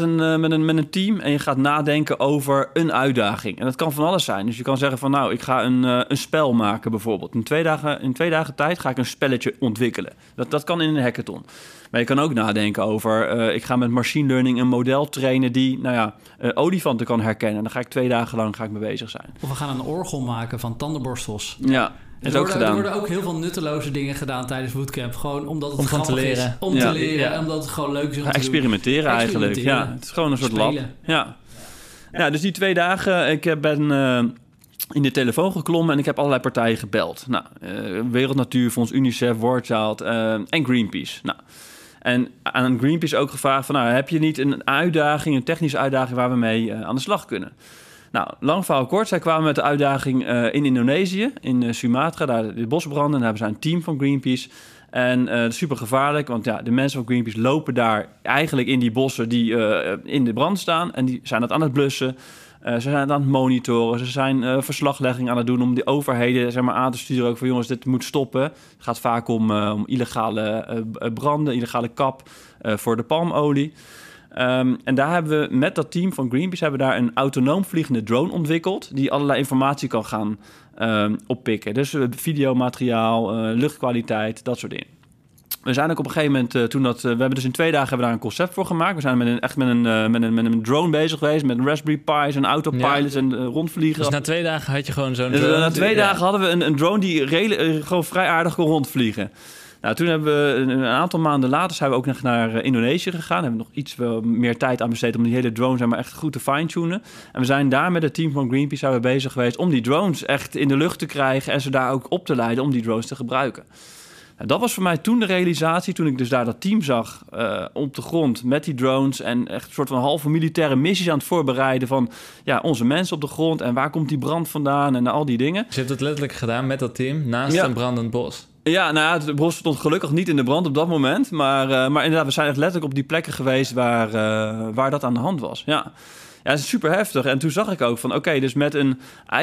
een team en je gaat nadenken over een uitdaging. En dat kan van alles zijn. Dus je kan zeggen van, nou, ik ga een spel maken bijvoorbeeld. In 2 dagen tijd ga ik een spelletje ontwikkelen. Dat kan in een hackathon. Maar je kan ook nadenken over, ik ga met machine learning een model trainen die, olifanten kan herkennen. Dan ga ik 2 dagen lang mee bezig zijn. Of we gaan een orgel maken van tandenborstels. Ja, dat is ook gedaan. Er worden ook heel veel nutteloze dingen gedaan tijdens bootcamp. Gewoon omdat het grappig is. Om te leren. En omdat het gewoon leuk is om te experimenteren eigenlijk. Ja, het is gewoon een soort lab. Ja, dus die 2 dagen, ik ben in de telefoon geklommen en ik heb allerlei partijen gebeld. Wereld Natuurfonds, UNICEF, World Child en Greenpeace. En aan Greenpeace ook gevraagd van, heb je niet een uitdaging, een technische uitdaging waar we mee aan de slag kunnen? Lang verhaal kort, zij kwamen met de uitdaging in Indonesië, in Sumatra, daar de bosbranden. En daar hebben ze een team van Greenpeace. En dat is super gevaarlijk, want de mensen van Greenpeace lopen daar eigenlijk in die bossen die in de brand staan. En die zijn dat aan het blussen. Ze zijn het aan het monitoren. Ze zijn verslaglegging aan het doen om die overheden aan te sturen. Ook van jongens, dit moet stoppen. Het gaat vaak om illegale branden, illegale kap voor de palmolie. En daar hebben we met dat team van Greenpeace daar een autonoom vliegende drone ontwikkeld die allerlei informatie kan gaan oppikken. Dus videomateriaal, luchtkwaliteit, dat soort dingen. We zijn ook op een gegeven moment, we hebben dus in 2 dagen hebben we daar een concept voor gemaakt. We zijn met een drone bezig geweest, met een Raspberry Pi's en autopilots en rondvliegen. Dus na 2 dagen had je gewoon zo'n drone? Na 2 dagen hadden we een drone die gewoon vrij aardig kon rondvliegen. Toen hebben we een aantal maanden later zijn we ook nog naar Indonesië gegaan. Hebben we nog iets meer tijd aan besteed om die hele drone echt goed te fine-tunen. En we zijn daar met het team van Greenpeace bezig geweest om die drones echt in de lucht te krijgen en ze daar ook op te leiden om die drones te gebruiken. Dat was voor mij toen de realisatie, toen ik dus daar dat team zag op de grond met die drones en echt een soort van halve militaire missies aan het voorbereiden van onze mensen op de grond en waar komt die brand vandaan en al die dingen. Dus je hebt het letterlijk gedaan met dat team naast een brandend bos? Ja, het bos stond gelukkig niet in de brand op dat moment, maar inderdaad, we zijn echt letterlijk op die plekken geweest waar dat aan de hand was. Ja, het is super heftig. En toen zag ik ook van, oké, dus met een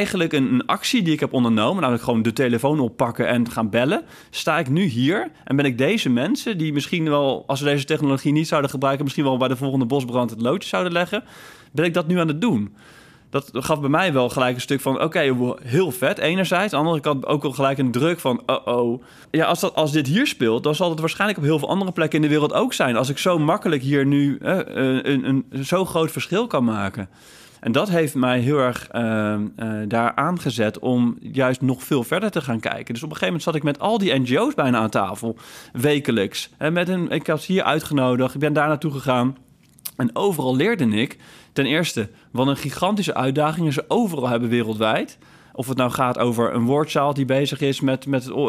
actie die ik heb ondernomen, namelijk gewoon de telefoon oppakken en gaan bellen, sta ik nu hier en ben ik deze mensen die misschien wel, als we deze technologie niet zouden gebruiken, misschien wel bij de volgende bosbrand het loodje zouden leggen, ben ik dat nu aan het doen. Dat gaf bij mij wel gelijk een stuk van, oké, heel vet enerzijds. Aan de andere kant ook wel gelijk een druk van, Ja, als dit hier speelt, dan zal het waarschijnlijk op heel veel andere plekken in de wereld ook zijn. Als ik zo makkelijk hier nu een zo groot verschil kan maken. En dat heeft mij heel erg daar aangezet om juist nog veel verder te gaan kijken. Dus op een gegeven moment zat ik met al die NGO's bijna aan tafel, wekelijks. Ik had ze hier uitgenodigd, ik ben daar naartoe gegaan. En overal leerde ik, ten eerste, wat een gigantische uitdaging ze overal hebben wereldwijd. Of het nou gaat over een World Child die bezig is met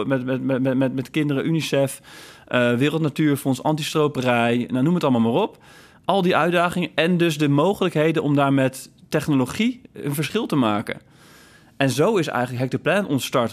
kinderen, UNICEF, Wereld Natuurfonds, antistroperij, noem het allemaal maar op. Al die uitdagingen en dus de mogelijkheden om daar met technologie een verschil te maken. En zo is eigenlijk Hack the Planet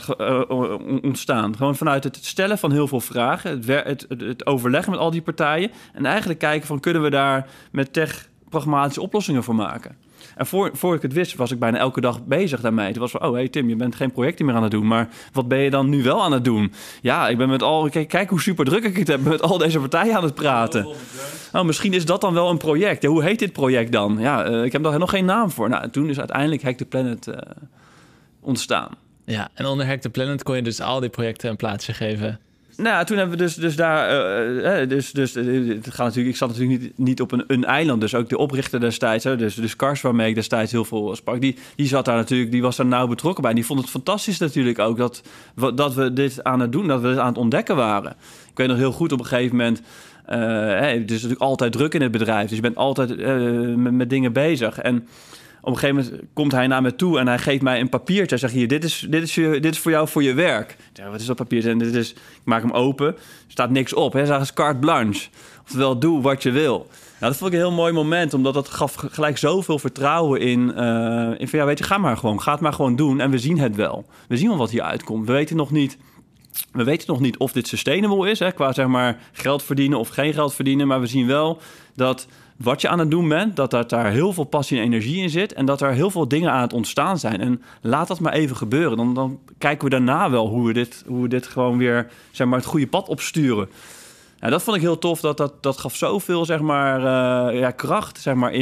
ontstaan. Gewoon vanuit het stellen van heel veel vragen, het overleggen met al die partijen en eigenlijk kijken van, kunnen we daar met tech pragmatische oplossingen voor maken. En voor ik het wist, was ik bijna elke dag bezig daarmee. Het was van, hey Tim, je bent geen projecten meer aan het doen, maar wat ben je dan nu wel aan het doen? Ja, ik ben kijk hoe super druk ik het heb, met al deze partijen aan het praten. Misschien is dat dan wel een project. Ja, hoe heet dit project dan? Ja, ik heb daar nog geen naam voor. En toen is uiteindelijk Hack the Planet ontstaan. Ja, en onder Hack the Planet kon je dus al die projecten een plaatsje geven. Toen hebben we dus daar... het gaat natuurlijk, ik zat natuurlijk niet op een eiland. Dus ook de oprichter destijds, dus Kars, waarmee ik destijds heel veel sprak, die zat daar natuurlijk, die was daar nauw betrokken bij. En die vond het fantastisch natuurlijk ook dat we dit aan het doen, dat we dit aan het ontdekken waren. Ik weet nog heel goed, op een gegeven moment Het is natuurlijk altijd druk in het bedrijf. Dus je bent altijd met dingen bezig. En op een gegeven moment komt hij naar me toe en hij geeft mij een papiertje. Hij zegt, hier, dit is voor jou voor je werk. Ik zeg, wat is dat papiertje? En ik maak hem open. Er staat niks op. Hij zegt, carte blanche. Oftewel, doe wat je wil. Nou, dat vond ik een heel mooi moment, omdat dat gaf gelijk zoveel vertrouwen in van, ja, weet je, ga het maar gewoon doen en we zien het wel. We zien wel wat hier uitkomt. We weten nog niet of dit sustainable is, qua zeg maar geld verdienen of geen geld verdienen, maar we zien wel dat wat je aan het doen bent, dat daar heel veel passie en energie in zit en dat er heel veel dingen aan het ontstaan zijn. En laat dat maar even gebeuren. Dan kijken we daarna wel hoe we dit gewoon weer, zeg maar, het goede pad opsturen. Ja, dat vond ik heel tof. Dat gaf zoveel, zeg maar, kracht, zeg maar,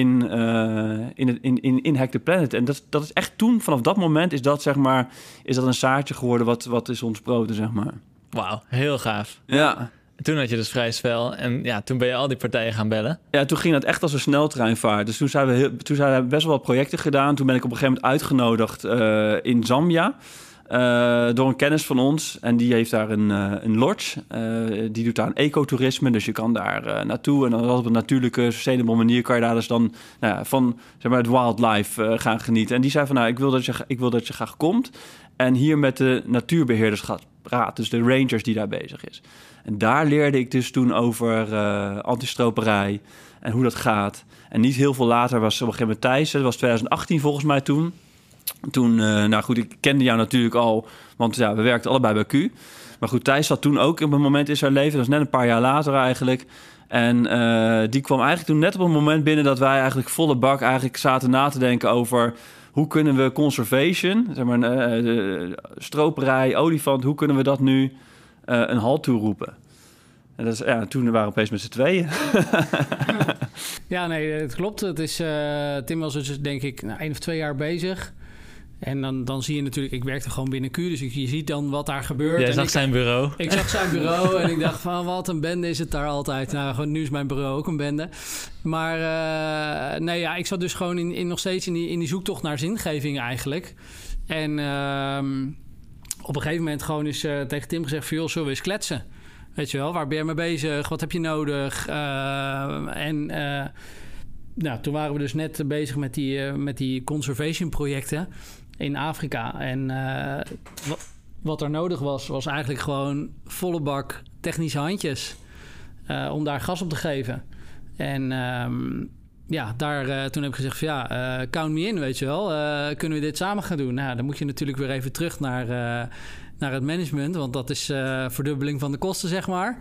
in Hack the Planet. En dat is echt toen, vanaf dat moment, is dat, zeg maar, een zaadje geworden wat is ontsproten, zeg maar. Wauw, heel gaaf. Ja. Toen had je dus vrij spel en ja, toen ben je al die partijen gaan bellen. Ja, toen ging dat echt als een sneltreinvaart. Dus toen zijn we best wel wat projecten gedaan. Toen ben ik op een gegeven moment uitgenodigd in Zambia door een kennis van ons. En die heeft daar een lodge. Die doet daar een ecotourisme. Dus je kan daar naartoe. En dan op een natuurlijke, sustainable manier kan je daar dus dan van, zeg maar, het wildlife gaan genieten. En die zei van, ik wil dat je graag komt. En hier met de natuurbeheerders gaat praten. Dus de rangers die daar bezig is. En daar leerde ik dus toen over antistroperij en hoe dat gaat. En niet heel veel later was op een gegeven moment Thijs. Dat was 2018 volgens mij toen. Toen, nou goed, ik kende jou natuurlijk al, want ja, we werkten allebei bij Q. Maar goed, Thijs zat toen ook op een moment in zijn leven. Dat was net een paar jaar later eigenlijk. En die kwam eigenlijk toen net op een moment binnen dat wij eigenlijk volle bak eigenlijk zaten na te denken over hoe kunnen we conservation, zeg maar, stroperij, olifant, hoe kunnen we dat nu een halt toeroepen? En dat is, ja, toen waren we opeens met z'n tweeën. Ja, nee, het klopt. Het is, Tim was dus denk ik 1 of 2 jaar bezig. En dan zie je natuurlijk, ik werkte gewoon binnen Q, dus je ziet dan wat daar gebeurt. Jij zag zijn bureau. Ik zag zijn bureau en ik dacht van, wat een bende is het daar altijd. Nou, gewoon, nu is mijn bureau ook een bende. Maar nee, ja, ik zat dus gewoon nog steeds in die zoektocht naar zingeving eigenlijk. En op een gegeven moment gewoon is tegen Tim gezegd van, joh, zullen we eens kletsen? Weet je wel, waar ben je mee bezig? Wat heb je nodig? Nou, toen waren we dus net bezig met die conservation projecten in Afrika. En wat er nodig was eigenlijk gewoon volle bak technische handjes om daar gas op te geven. En ja, toen heb ik gezegd van ja, count me in, weet je wel. Kunnen we dit samen gaan doen? Nou, dan moet je natuurlijk weer even terug naar het management, want dat is verdubbeling van de kosten, zeg maar.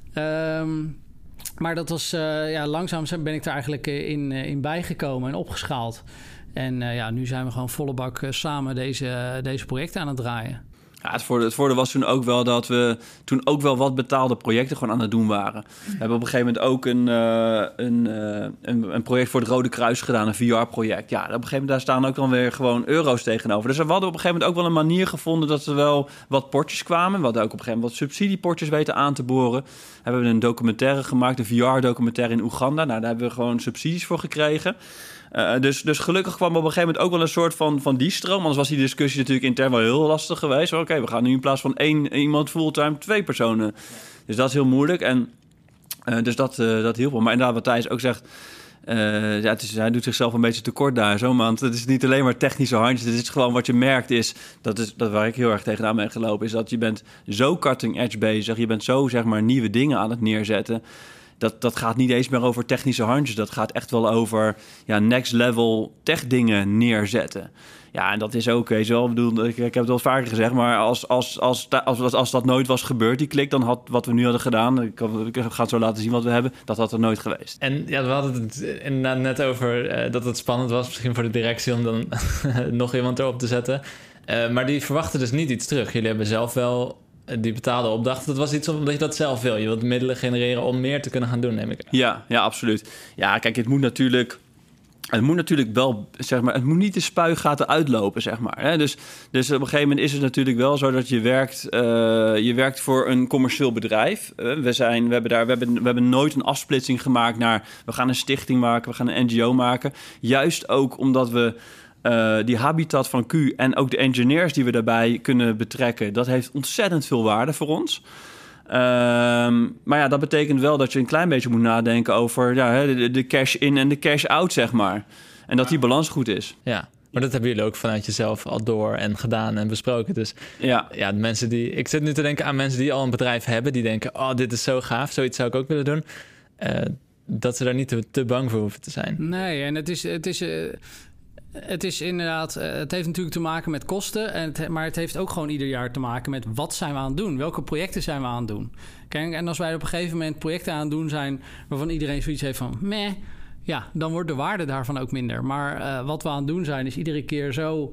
Maar dat was, langzaam ben ik daar eigenlijk in bijgekomen en opgeschaald. En nu zijn we gewoon volle bak samen deze projecten aan het draaien. Ja, het voordeel was toen ook wel dat we toen ook wel wat betaalde projecten gewoon aan het doen waren. We hebben op een gegeven moment ook een project voor het Rode Kruis gedaan, een VR-project. Ja, op een gegeven moment daar staan ook dan weer gewoon euro's tegenover. Dus we hadden op een gegeven moment ook wel een manier gevonden dat er wel wat potjes kwamen. We hadden ook op een gegeven moment wat subsidiepotjes weten aan te boren. Hebben we een documentaire gemaakt, een VR-documentaire in Oeganda. Nou, daar hebben we gewoon subsidies voor gekregen. Dus gelukkig kwam op een gegeven moment ook wel een soort van die stroom. Anders was die discussie natuurlijk intern wel heel lastig geweest. Oké, we gaan nu in plaats van 1 iemand fulltime 2 personen. Ja. Dus dat is heel moeilijk. En dus dat hielp wel. Maar inderdaad, wat Thijs ook zegt, hij doet zichzelf een beetje tekort daar. Zo, want het is niet alleen maar technische handjes. Het is gewoon wat je merkt dat waar ik heel erg tegenaan ben gelopen, is dat je bent zo cutting edge bezig. Je bent zo, zeg maar, nieuwe dingen aan het neerzetten. Dat gaat niet eens meer over technische handjes. Dat gaat echt wel over next level tech dingen neerzetten. Ja, en dat is ook, weet je wel, ik heb het wel vaker gezegd, maar als dat nooit was gebeurd, die klik, dan had wat we nu hadden gedaan, ik ga het zo laten zien wat we hebben, dat had er nooit geweest. En ja, we hadden het inderdaad net over dat het spannend was, misschien voor de directie om dan nog iemand erop te zetten. Maar die verwachten dus niet iets terug. Jullie hebben zelf wel die betaalde opdrachten. Dat was iets omdat je dat zelf wil. Je wilt middelen genereren om meer te kunnen gaan doen, neem ik aan. Ja, absoluut. Ja, kijk, het moet natuurlijk wel, zeg maar, het moet niet de spuigaten uitlopen, zeg maar. Hè? Dus op een gegeven moment is het natuurlijk wel zo dat je werkt voor een commercieel bedrijf. We hebben nooit een afsplitsing gemaakt naar, we gaan een stichting maken, we gaan een NGO maken. Juist ook omdat we die habitat van Q en ook de engineers die we daarbij kunnen betrekken, dat heeft ontzettend veel waarde voor ons. Maar ja, dat betekent wel dat je een klein beetje moet nadenken over de cash in en de cash out, zeg maar. En dat die balans goed is. Ja, maar dat hebben jullie ook vanuit jezelf al door en gedaan en besproken. Dus ja, de mensen die... Ik zit nu te denken aan mensen die al een bedrijf hebben, die denken, oh, dit is zo gaaf, zoiets zou ik ook willen doen. Dat ze daar niet te bang voor hoeven te zijn. Nee, en het is inderdaad... Het heeft natuurlijk te maken met kosten, maar het heeft ook gewoon ieder jaar te maken met wat zijn we aan het doen? Welke projecten zijn we aan het doen? Kijk, en als wij op een gegeven moment projecten aan het doen zijn waarvan iedereen zoiets heeft van, meh, ja, dan wordt de waarde daarvan ook minder. Maar wat we aan het doen zijn, is iedere keer zo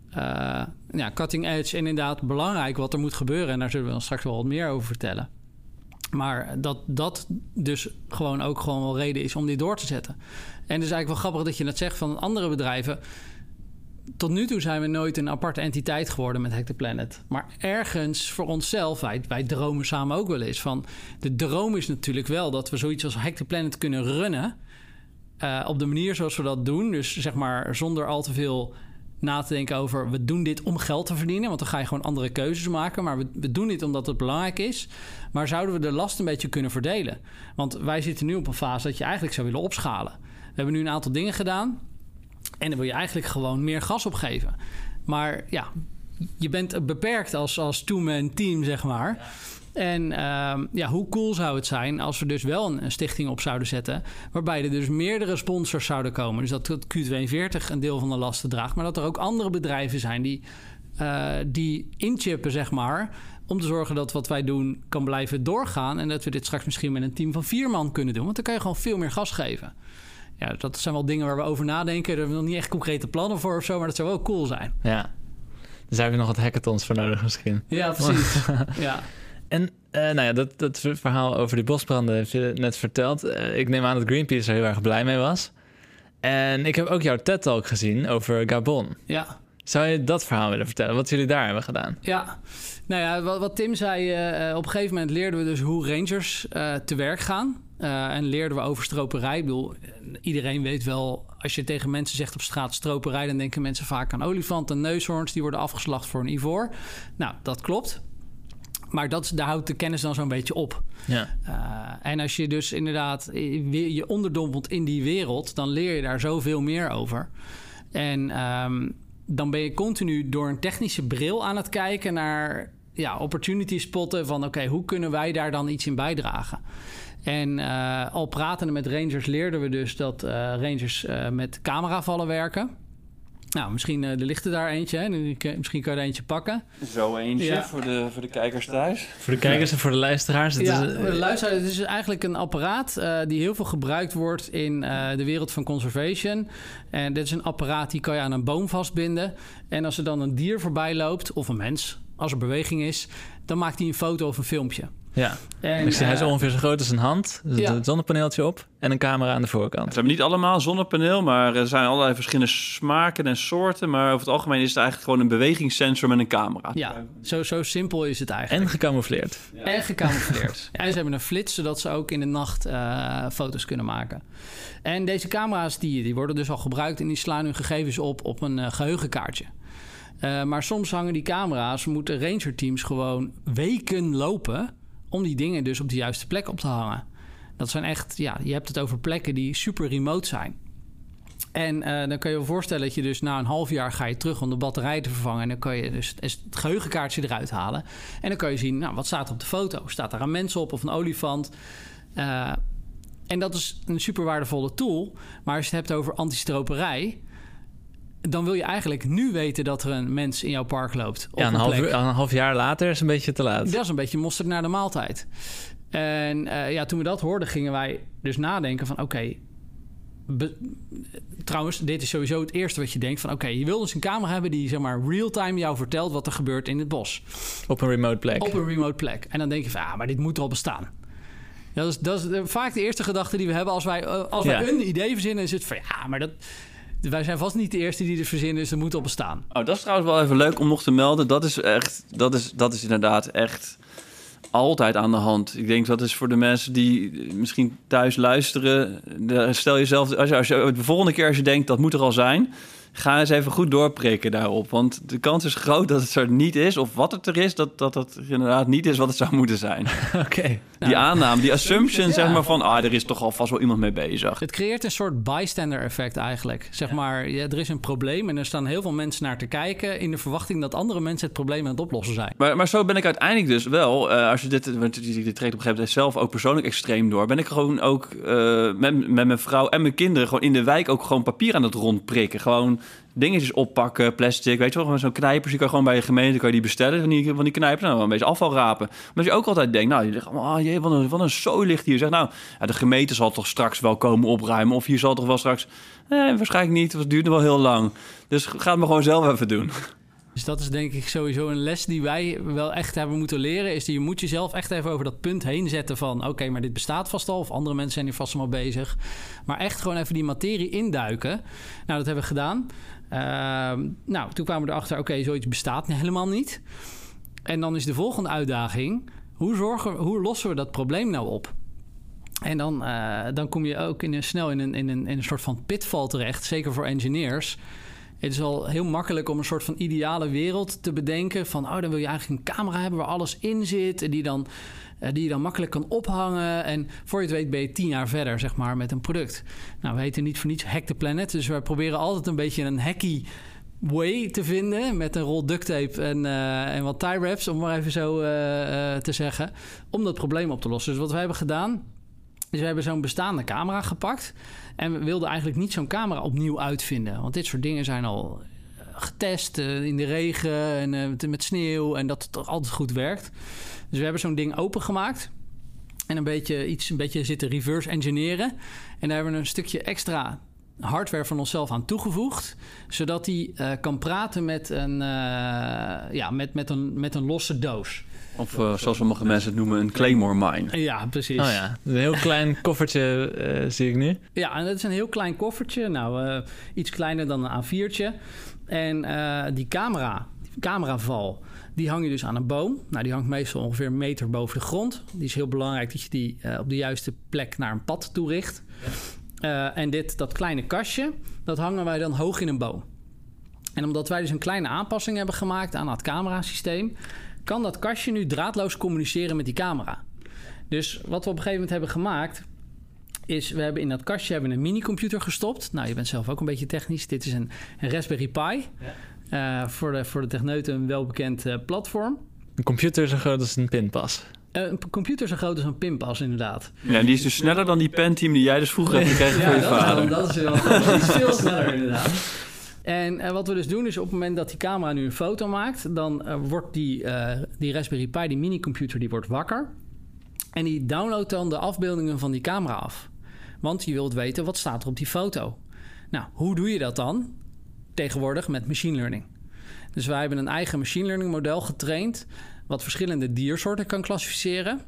cutting edge en inderdaad belangrijk wat er moet gebeuren. En daar zullen we dan straks wel wat meer over vertellen. Maar dat dus gewoon ook gewoon wel reden is om dit door te zetten. En het is eigenlijk wel grappig dat je dat zegt van andere bedrijven. Tot nu toe zijn we nooit een aparte entiteit geworden met Hack the Planet. Maar ergens voor onszelf, wij dromen samen ook wel eens van... De droom is natuurlijk wel dat we zoiets als Hack the Planet kunnen runnen... op de manier zoals we dat doen. Dus zeg maar zonder al te veel na te denken over... we doen dit om geld te verdienen, want dan ga je gewoon andere keuzes maken. Maar we doen dit omdat het belangrijk is. Maar zouden we de last een beetje kunnen verdelen? Want wij zitten nu op een fase dat je eigenlijk zou willen opschalen. We hebben nu een aantal dingen gedaan... en dan wil je eigenlijk gewoon meer gas opgeven. Maar ja, je bent beperkt als two-man team, zeg maar... Ja. En hoe cool zou het zijn als we dus wel een stichting op zouden zetten... waarbij er dus meerdere sponsors zouden komen. Dus dat Q42 een deel van de lasten draagt... maar dat er ook andere bedrijven zijn die inchippen, zeg maar... om te zorgen dat wat wij doen kan blijven doorgaan... en dat we dit straks misschien met een team van 4 man kunnen doen. Want dan kan je gewoon veel meer gas geven. Ja, dat zijn wel dingen waar we over nadenken. Daar hebben we nog niet echt concrete plannen voor of zo... maar dat zou wel cool zijn. Ja, daar heb je nog wat hackathons voor nodig misschien. Ja, precies. Ja. En dat verhaal over die bosbranden heb je net verteld. Ik neem aan dat Greenpeace er heel erg blij mee was. En ik heb ook jouw TED-talk gezien over Gabon. Ja. Zou je dat verhaal willen vertellen? Wat jullie daar hebben gedaan? Ja, nou ja, wat Tim zei... op een gegeven moment leerden we dus hoe rangers te werk gaan. En leerden we over stroperij. Ik bedoel, iedereen weet wel... als je tegen mensen zegt op straat stroperij... dan denken mensen vaak aan olifanten, neushoorns... die worden afgeslacht voor een ivoor. Nou, dat klopt... Maar daar houdt de kennis dan zo'n beetje op. Ja. En als je dus inderdaad je onderdompelt in die wereld... dan leer je daar zoveel meer over. En dan ben je continu door een technische bril aan het kijken... naar opportunity spotten van... oké, hoe kunnen wij daar dan iets in bijdragen? En al pratende met rangers leerden we dus... dat rangers met cameravallen werken... Nou, misschien er ligt er daar eentje. Hè? Misschien kan je er eentje pakken. Zo eentje voor de kijkers thuis. Voor de kijkers en voor de luisteraars. Voor de luisteraars. Het is eigenlijk een apparaat die heel veel gebruikt wordt in de wereld van conservation. En dit is een apparaat die kan je aan een boom vastbinden. En als er dan een dier voorbij loopt, of een mens, als er beweging is, dan maakt hij een foto of een filmpje. Ja, en hij is ongeveer zo groot als een hand. Dus een zonnepaneeltje op en een camera aan de voorkant. Ze hebben niet allemaal een zonnepaneel, maar er zijn allerlei verschillende smaken en soorten. Maar over het algemeen is het eigenlijk gewoon een bewegingssensor met een camera. Ja, zo simpel is het eigenlijk. En gecamoufleerd. Ja. En gecamoufleerd. En ze hebben een flits, zodat ze ook in de nacht foto's kunnen maken. En deze camera's die worden dus al gebruikt en die slaan hun gegevens op een geheugenkaartje. Maar soms hangen die camera's, moeten rangerteams gewoon weken lopen om die dingen dus op de juiste plek op te hangen. Dat zijn echt, je hebt het over plekken die super remote zijn. En dan kun je je voorstellen dat je dus na een half jaar ga je terug om de batterij te vervangen. En dan kan je dus het geheugenkaartje eruit halen. En dan kan je zien, wat staat er op de foto? Staat daar een mens op of een olifant? En dat is een super waardevolle tool. Maar als je het hebt over antistroperij, dan wil je eigenlijk nu weten dat er een mens in jouw park loopt. Ja, een half jaar later is een beetje te laat. Dat is een beetje mosterd naar de maaltijd. En toen we dat hoorden, gingen wij dus nadenken van oké, trouwens, dit is sowieso het eerste wat je denkt van oké, je wil dus een camera hebben die zeg maar real-time jou vertelt wat er gebeurt in het bos. Op een remote plek. Op een remote plek. En dan denk je van maar dit moet er al bestaan. Dat is vaak de eerste gedachte die we hebben als wij een idee verzinnen. Is het van maar dat... Wij zijn vast niet de eerste die dit verzinnen, dus dat moet al bestaan. Oh, dat is trouwens wel even leuk om nog te melden. Dat is inderdaad echt altijd aan de hand. Ik denk dat is voor de mensen die misschien thuis luisteren. Stel jezelf, als je de volgende keer als je denkt dat moet er al zijn, ga eens even goed doorprikken daarop. Want de kans is groot dat het er niet is. Of wat het er is, dat het inderdaad niet is wat het zou moeten zijn. Oké. Die aanname, die assumption, zeg maar van... er is toch alvast wel iemand mee bezig. Het creëert een soort bystander effect eigenlijk. Zeg maar, er is een probleem en er staan heel veel mensen naar te kijken... in de verwachting dat andere mensen het probleem aan het oplossen zijn. Maar zo ben ik uiteindelijk dus wel... als je dit treedt op een gegeven moment zelf ook persoonlijk extreem door... ben ik gewoon ook met mijn vrouw en mijn kinderen... gewoon in de wijk ook gewoon papier aan het rondprikken. Gewoon dingetjes oppakken, plastic, weet je wel, zo'n knijpers. Je kan gewoon bij je gemeente kan je die bestellen van die knijpers. Nou, een beetje afval rapen. Maar als je ook altijd denkt, nou, je zegt, jee, wat een zooi ligt hier. Zeg, nou, de gemeente zal toch straks wel komen opruimen. Of hier zal toch wel straks... Nee, waarschijnlijk niet. Het duurt wel heel lang. Dus ga het maar gewoon zelf even doen. Dus dat is denk ik sowieso een les die wij wel echt hebben moeten leren. Is dat je moet jezelf echt even over dat punt heen zetten van... oké, maar dit bestaat vast al. Of andere mensen zijn hier vast al mee bezig. Maar echt gewoon even die materie induiken. Nou, dat hebben we gedaan. Toen kwamen we erachter, oké, zoiets bestaat helemaal niet. En dan is de volgende uitdaging... hoe lossen we dat probleem nou op? En dan kom je ook snel in een soort van pitfall terecht. Zeker voor engineers... Het is al heel makkelijk om een soort van ideale wereld te bedenken... van, dan wil je eigenlijk een camera hebben waar alles in zit... en die je dan makkelijk kan ophangen. En voor je het weet ben je 10 jaar verder, zeg maar, met een product. Nou, we heten niet voor niets Hack the Planet... dus we proberen altijd een beetje een hacky way te vinden... met een rol duct tape en wat tie wraps, om maar even zo te zeggen... om dat probleem op te lossen. Dus wat wij hebben gedaan... Dus we hebben zo'n bestaande camera gepakt... en we wilden eigenlijk niet zo'n camera opnieuw uitvinden. Want dit soort dingen zijn al getest in de regen en met sneeuw... en dat het toch altijd goed werkt. Dus we hebben zo'n ding opengemaakt... en een beetje zitten reverse engineeren. En daar hebben we een stukje extra hardware van onszelf aan toegevoegd... zodat die kan praten met een losse doos... Of zoals sommige mensen het noemen, een Claymore mine. Ja, precies. Oh ja, een heel klein koffertje zie ik nu. Ja, en dat is een heel klein koffertje. Nou, iets kleiner dan een A4'tje. En die cameraval, die hang je dus aan een boom. Nou, die hangt meestal ongeveer 1 meter boven de grond. Die is heel belangrijk dat je die op de juiste plek naar een pad toericht. En dat kleine kastje, dat hangen wij dan hoog in een boom. En omdat wij dus een kleine aanpassing hebben gemaakt aan het camerasysteem... kan dat kastje nu draadloos communiceren met die camera. Dus wat we op een gegeven moment hebben gemaakt... is we hebben in dat kastje een minicomputer gestopt. Nou, je bent zelf ook een beetje technisch. Dit is een Raspberry Pi. Ja. Voor de techneuten een welbekend platform. Een computer zo groot als een pinpas. Een computer zo groot als een pinpas, inderdaad. Ja, die is dus sneller dan die Pentium die jij dus vroeger hebt gekregen voor je vader. Dat is veel sneller, inderdaad. En wat we dus doen is op het moment dat die camera nu een foto maakt... dan wordt die Raspberry Pi, die minicomputer, die wordt wakker. En die downloadt dan de afbeeldingen van die camera af. Want je wilt weten, wat staat er op die foto? Nou, hoe doe je dat dan? Tegenwoordig met machine learning. Dus wij hebben een eigen machine learning model getraind... wat verschillende diersoorten kan klassificeren.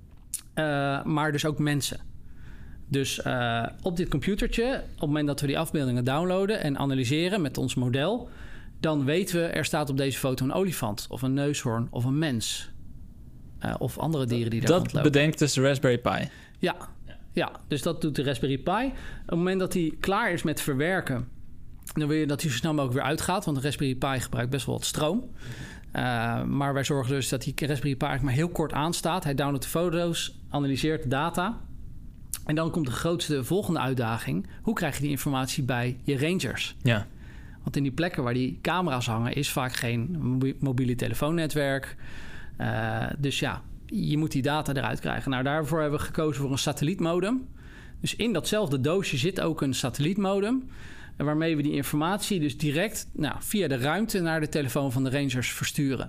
Maar dus ook mensen. Dus op dit computertje, op het moment dat we die afbeeldingen downloaden... en analyseren met ons model... dan weten we, er staat op deze foto een olifant... of een neushoorn of een mens. Of andere dieren die daar rondlopen. Dat bedenkt dus de Raspberry Pi? Ja, dus dat doet de Raspberry Pi. Op het moment dat hij klaar is met verwerken... dan wil je dat hij zo snel mogelijk weer uitgaat... want de Raspberry Pi gebruikt best wel wat stroom... maar wij zorgen dus dat die Raspberry Pi eigenlijk maar heel kort aanstaat. Hij downloadt de foto's, analyseert de data... En dan komt de grootste volgende uitdaging. Hoe krijg je die informatie bij je rangers? Ja. Want in die plekken waar die camera's hangen... is vaak geen mobiele telefoonnetwerk. Dus ja, je moet die data eruit krijgen. Nou, daarvoor hebben we gekozen voor een satellietmodem. Dus in datzelfde doosje zit ook een satellietmodem... waarmee we die informatie dus direct via de ruimte... naar de telefoon van de rangers versturen.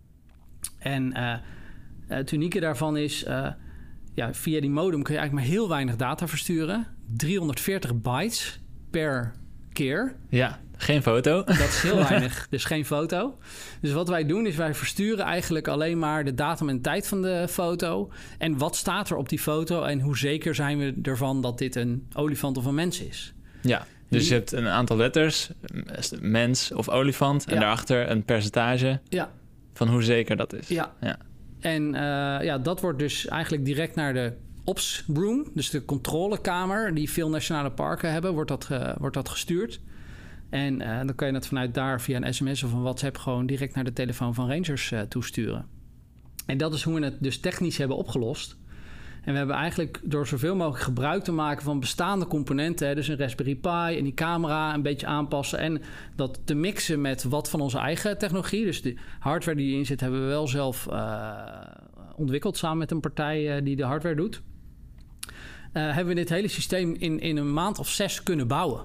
En het unieke daarvan is... via die modem kun je eigenlijk maar heel weinig data versturen. 340 bytes per keer. Ja, geen foto. Dat is heel weinig, dus geen foto. Dus wat wij doen is wij versturen eigenlijk alleen maar de datum en tijd van de foto. En wat staat er op die foto en hoe zeker zijn we ervan dat dit een olifant of een mens is. Ja. Dus je hebt een aantal letters, mens of olifant. En daarachter een percentage van hoe zeker dat is. Ja. En dat wordt dus eigenlijk direct naar de ops room, dus de controlekamer die veel nationale parken hebben, wordt dat gestuurd. En dan kan je het vanuit daar via een sms of een WhatsApp gewoon direct naar de telefoon van Rangers toesturen. En dat is hoe we het dus technisch hebben opgelost. En we hebben eigenlijk door zoveel mogelijk gebruik te maken van bestaande componenten, dus een Raspberry Pi en die camera een beetje aanpassen en dat te mixen met wat van onze eigen technologie. Dus de hardware die erin zit hebben we wel zelf ontwikkeld samen met een partij die de hardware doet. Hebben we dit hele systeem in een maand of 6 kunnen bouwen.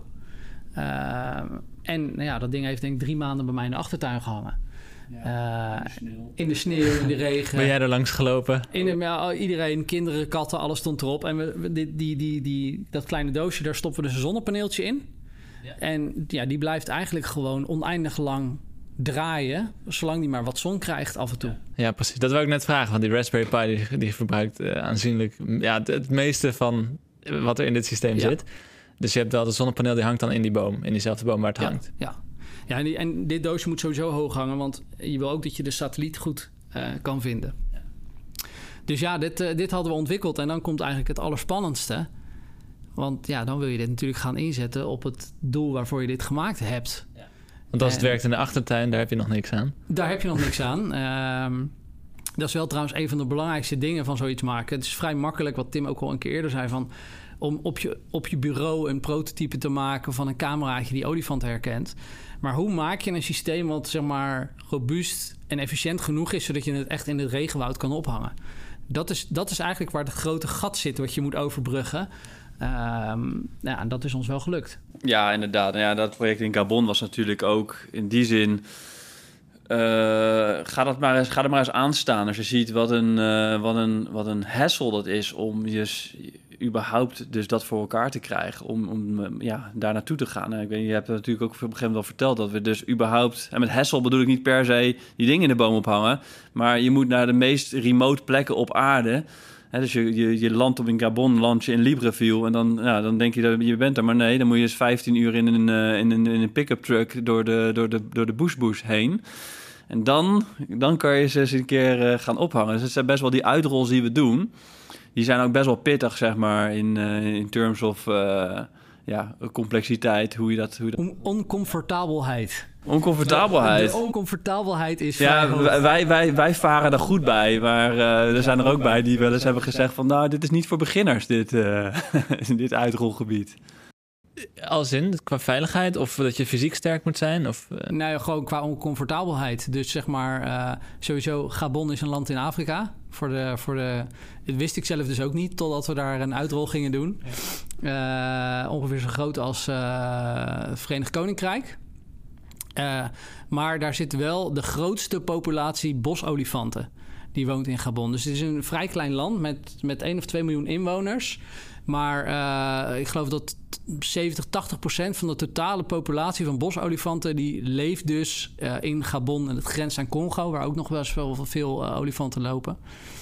En dat ding heeft denk ik 3 maanden bij mij in de achtertuin gehangen. In de sneeuw, in de regen. Ben jij er langs gelopen? Iedereen, kinderen, katten, alles stond erop. En dat kleine doosje, daar stoppen we dus een zonnepaneeltje in. Ja. En die blijft eigenlijk gewoon oneindig lang draaien, zolang die maar wat zon krijgt af en toe. Ja, precies. Dat wil ik net vragen, want die Raspberry Pi die verbruikt aanzienlijk het meeste van wat er in dit systeem zit. Dus je hebt wel de zonnepaneel die hangt dan in die boom, in diezelfde boom waar het hangt. Ja, en dit doosje moet sowieso hoog hangen, want je wil ook dat je de satelliet goed kan vinden. Ja. Dus dit hadden we ontwikkeld en dan komt eigenlijk het allerspannendste. Want dan wil je dit natuurlijk gaan inzetten op het doel waarvoor je dit gemaakt hebt. Ja. Want als het werkt in de achtertuin, daar heb je nog niks aan. Daar heb je nog niks aan. Dat is wel trouwens een van de belangrijkste dingen van zoiets maken. Het is vrij makkelijk, wat Tim ook al een keer eerder zei, van om op je bureau een prototype te maken van een cameraatje die olifant herkent. Maar hoe maak je een systeem wat zeg maar robuust en efficiënt genoeg is, zodat je het echt in het regenwoud kan ophangen? Dat is eigenlijk waar het grote gat zit wat je moet overbruggen. Dat is ons wel gelukt. Ja, inderdaad. Dat project in Gabon was natuurlijk ook in die zin. Ga er maar eens aan staan als je ziet wat een hassle dat is om überhaupt dus dat voor elkaar te krijgen, om daar naartoe te gaan. Ik weet, je hebt natuurlijk ook op een gegeven moment wel verteld dat we dus überhaupt, en met hassle bedoel ik niet per se die dingen in de boom ophangen, maar je moet naar de meest remote plekken op aarde. Dus je landt op in Gabon, land je in Libreville en dan denk je dat je bent er, maar nee, dan moet je dus 15 uur in een pick-up truck door de bush heen. En dan kan je ze eens een keer gaan ophangen. Dus het zijn best wel die uitrolls die we doen. Die zijn ook best wel pittig, zeg maar, in terms of complexiteit. Oncomfortabelheid. Oncomfortabelheid. De oncomfortabelheid is wij varen er goed bij. Maar er zijn er ook bij die wel eens hebben gezegd van, dit is niet voor beginners, dit uitrolgebied. Als in, qua veiligheid of dat je fysiek sterk moet zijn? Of, Nee, gewoon qua oncomfortabelheid. Dus zeg maar, sowieso Gabon is een land in Afrika. Dat wist ik zelf dus ook niet, totdat we daar een uitrol gingen doen. Ja. Ongeveer zo groot als het Verenigd Koninkrijk. Maar daar zit wel de grootste populatie bosolifanten. Die woont in Gabon. Dus het is een vrij klein land met 1 of 2 miljoen inwoners. Maar ik geloof dat 70-80% van de totale populatie van bosolifanten die leeft dus in Gabon en het grenst aan Congo, waar ook nog wel veel olifanten lopen.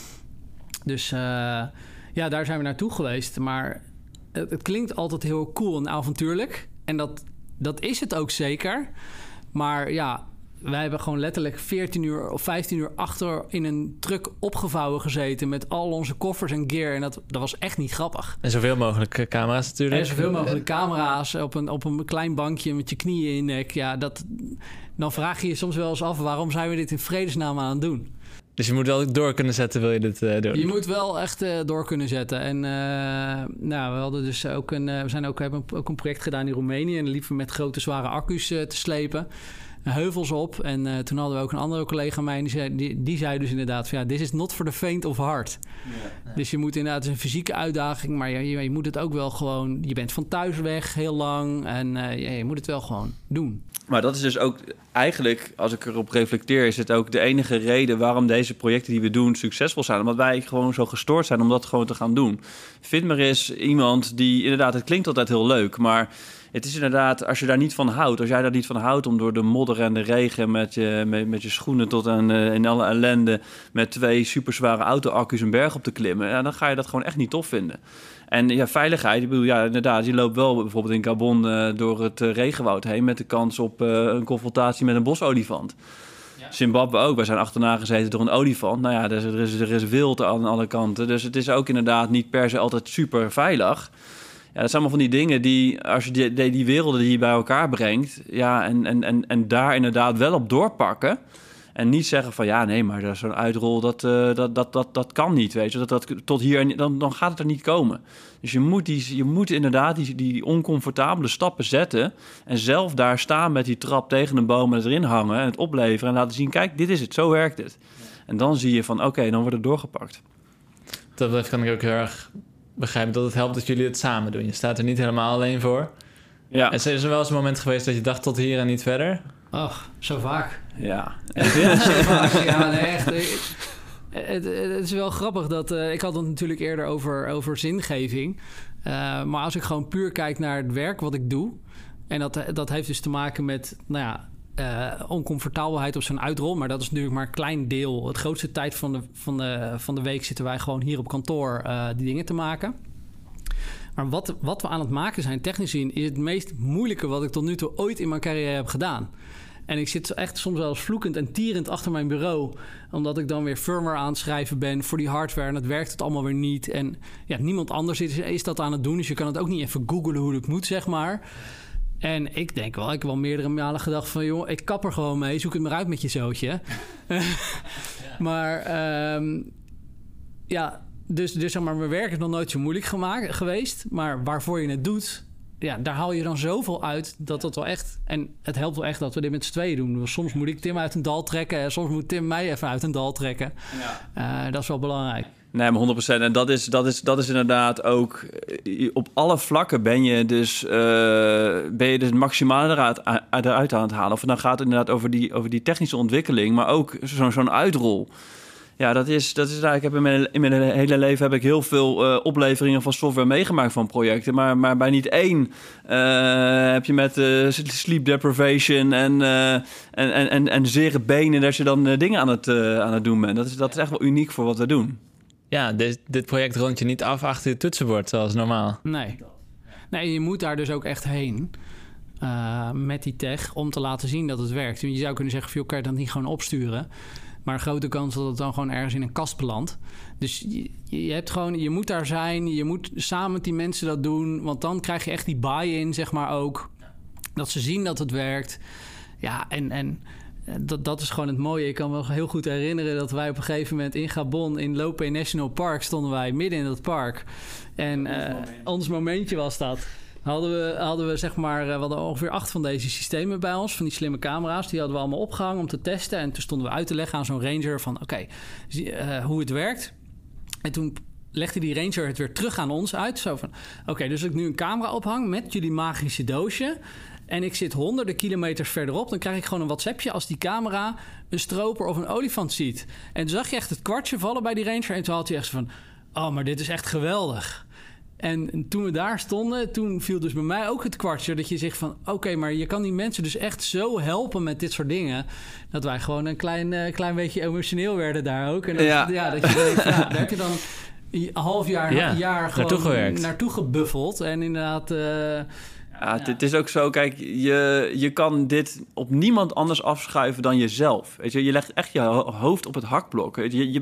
Dus daar zijn we naartoe geweest. Maar het klinkt altijd heel cool en avontuurlijk. En dat is het ook zeker. Maar wij hebben gewoon letterlijk 14 uur of 15 uur achter in een truck opgevouwen gezeten met al onze koffers en gear. En dat was echt niet grappig. En zoveel mogelijk camera's natuurlijk. En zoveel mogelijk camera's op een klein bankje met je knieën in je nek. Dan vraag je je soms wel eens af, waarom zijn we dit in vredesnaam aan het doen? Dus je moet wel door kunnen zetten, wil je dit doen? Je moet wel echt door kunnen zetten. En we hadden dus ook hebben ook een project gedaan in Roemenië. En dan liepen we met grote zware accu's te slepen. Heuvels op. En toen hadden we ook een andere collega van mij. Die zei dus inderdaad van, this is not for the faint of heart. Ja. Dus je moet inderdaad, het is een fysieke uitdaging. Maar je moet het ook wel gewoon, je bent van thuis weg heel lang. En je moet het wel gewoon doen. Maar dat is dus ook eigenlijk, als ik erop reflecteer, is het ook de enige reden waarom deze projecten die we doen succesvol zijn. Omdat wij gewoon zo gestoord zijn om dat gewoon te gaan doen. Vind maar eens iemand die, inderdaad, het klinkt altijd heel leuk, maar het is inderdaad, als je daar niet van houdt, als jij daar niet van houdt om door de modder en de regen met je schoenen tot aan in alle ellende met 2 superzware auto-accu's een berg op te klimmen, dan ga je dat gewoon echt niet tof vinden. En veiligheid, ik bedoel, inderdaad, je loopt wel bijvoorbeeld in Gabon door het regenwoud heen met de kans op een confrontatie met een bosolifant. Ja. Zimbabwe ook, wij zijn achterna gezeten door een olifant. Er is wild aan alle kanten, dus het is ook inderdaad niet per se altijd super veilig. Ja, dat zijn allemaal van die dingen die, als je die werelden die je bij elkaar brengt, ja, en daar inderdaad wel op doorpakken. En niet zeggen van, ja, nee, maar zo'n uitrol, dat kan niet, weet je. Dat tot hier, dan gaat het er niet komen. Dus je moet inderdaad die oncomfortabele stappen zetten en zelf daar staan met die trap tegen een boom en het erin hangen en het opleveren en laten zien, kijk, dit is het, zo werkt het. En dan zie je van, oké, dan wordt het doorgepakt. Dat kan ik ook heel erg begrijpen, dat het helpt dat jullie het samen doen. Je staat er niet helemaal alleen voor. Ja. En is er wel eens een moment geweest dat je dacht tot hier en niet verder? Ach, zo vaak. Ja. Zo vaak. Ja, nee, echt. Het is wel grappig dat... ik had het natuurlijk eerder over zingeving. Maar als ik gewoon puur kijk naar het werk wat ik doe... en dat heeft dus te maken met... oncomfortabelheid op zo'n uitrol. Maar dat is natuurlijk maar een klein deel. Het grootste tijd van de week zitten wij gewoon hier op kantoor die dingen te maken. Maar wat we aan het maken zijn, technisch gezien, is het meest moeilijke wat ik tot nu toe ooit in mijn carrière heb gedaan. En ik zit echt soms wel eens vloekend en tierend achter mijn bureau, omdat ik dan weer firmware aan het schrijven ben voor die hardware en het werkt het allemaal weer niet. En ja, niemand anders is dat aan het doen, dus je kan het ook niet even googlen hoe het moet, zeg maar. En ik denk wel, ik heb wel meerdere malen gedacht van, joh, ik kap er gewoon mee, zoek het maar uit met je zootje. Ja. Maar dus zeg maar, mijn werk is nog nooit zo moeilijk geweest. Maar waarvoor je het doet, ja, daar haal je dan zoveel uit dat dat wel echt... En het helpt wel echt dat we dit met z'n tweeën doen. Soms moet ik Tim uit een dal trekken en soms moet Tim mij even uit een dal trekken. Ja. Dat is wel belangrijk. Nee, maar 100%. En dat is inderdaad ook... Op alle vlakken ben je dus het maximale eruit aan het halen. Of dan gaat het inderdaad over die technische ontwikkeling, maar ook zo'n uitrol. Ja, dat is eigenlijk... In mijn hele leven heb ik heel veel opleveringen van software meegemaakt van projecten. Maar bij niet één heb je met sleep deprivation en zere benen dat je dan dingen aan het doen bent. Dat is echt wel uniek voor wat we doen. Ja, dit project rond je niet af achter je toetsenbord zoals normaal. Nee, je moet daar dus ook echt heen met die tech om te laten zien dat het werkt. Je zou kunnen zeggen, kan je dat niet gewoon opsturen? Maar een grote kans dat het dan gewoon ergens in een kast belandt. Dus je moet daar zijn. Je moet samen met die mensen dat doen. Want dan krijg je echt die buy-in, zeg maar ook. Dat ze zien dat het werkt. Ja, en dat is gewoon het mooie. Ik kan me nog heel goed herinneren dat wij op een gegeven moment in Gabon, in Lopé National Park, stonden wij midden in dat park. En ons momentje was dat. Hadden we zeg maar, we hadden ongeveer 8 van deze systemen bij ons, van die slimme camera's. Die hadden we allemaal opgehangen om te testen. En toen stonden we uit te leggen aan zo'n ranger van hoe het werkt. En toen legde die ranger het weer terug aan ons uit. Zo van, dus als ik nu een camera ophang met jullie magische doosje en ik zit honderden kilometers verderop, dan krijg ik gewoon een WhatsAppje als die camera een stroper of een olifant ziet. En toen zag je echt het kwartje vallen bij die ranger en toen had hij echt van, oh, maar dit is echt geweldig. En toen we daar stonden, toen viel dus bij mij ook het kwartje dat je zegt van, oké, maar je kan die mensen dus echt zo helpen met dit soort dingen, dat wij gewoon een klein beetje emotioneel werden daar ook. En dat je denkt, daar heb je dan een half jaar gewoon naartoe gebuffeld. En inderdaad... Het is ook zo, kijk, je kan dit op niemand anders afschuiven dan jezelf. Weet je legt echt je hoofd op het hakblok.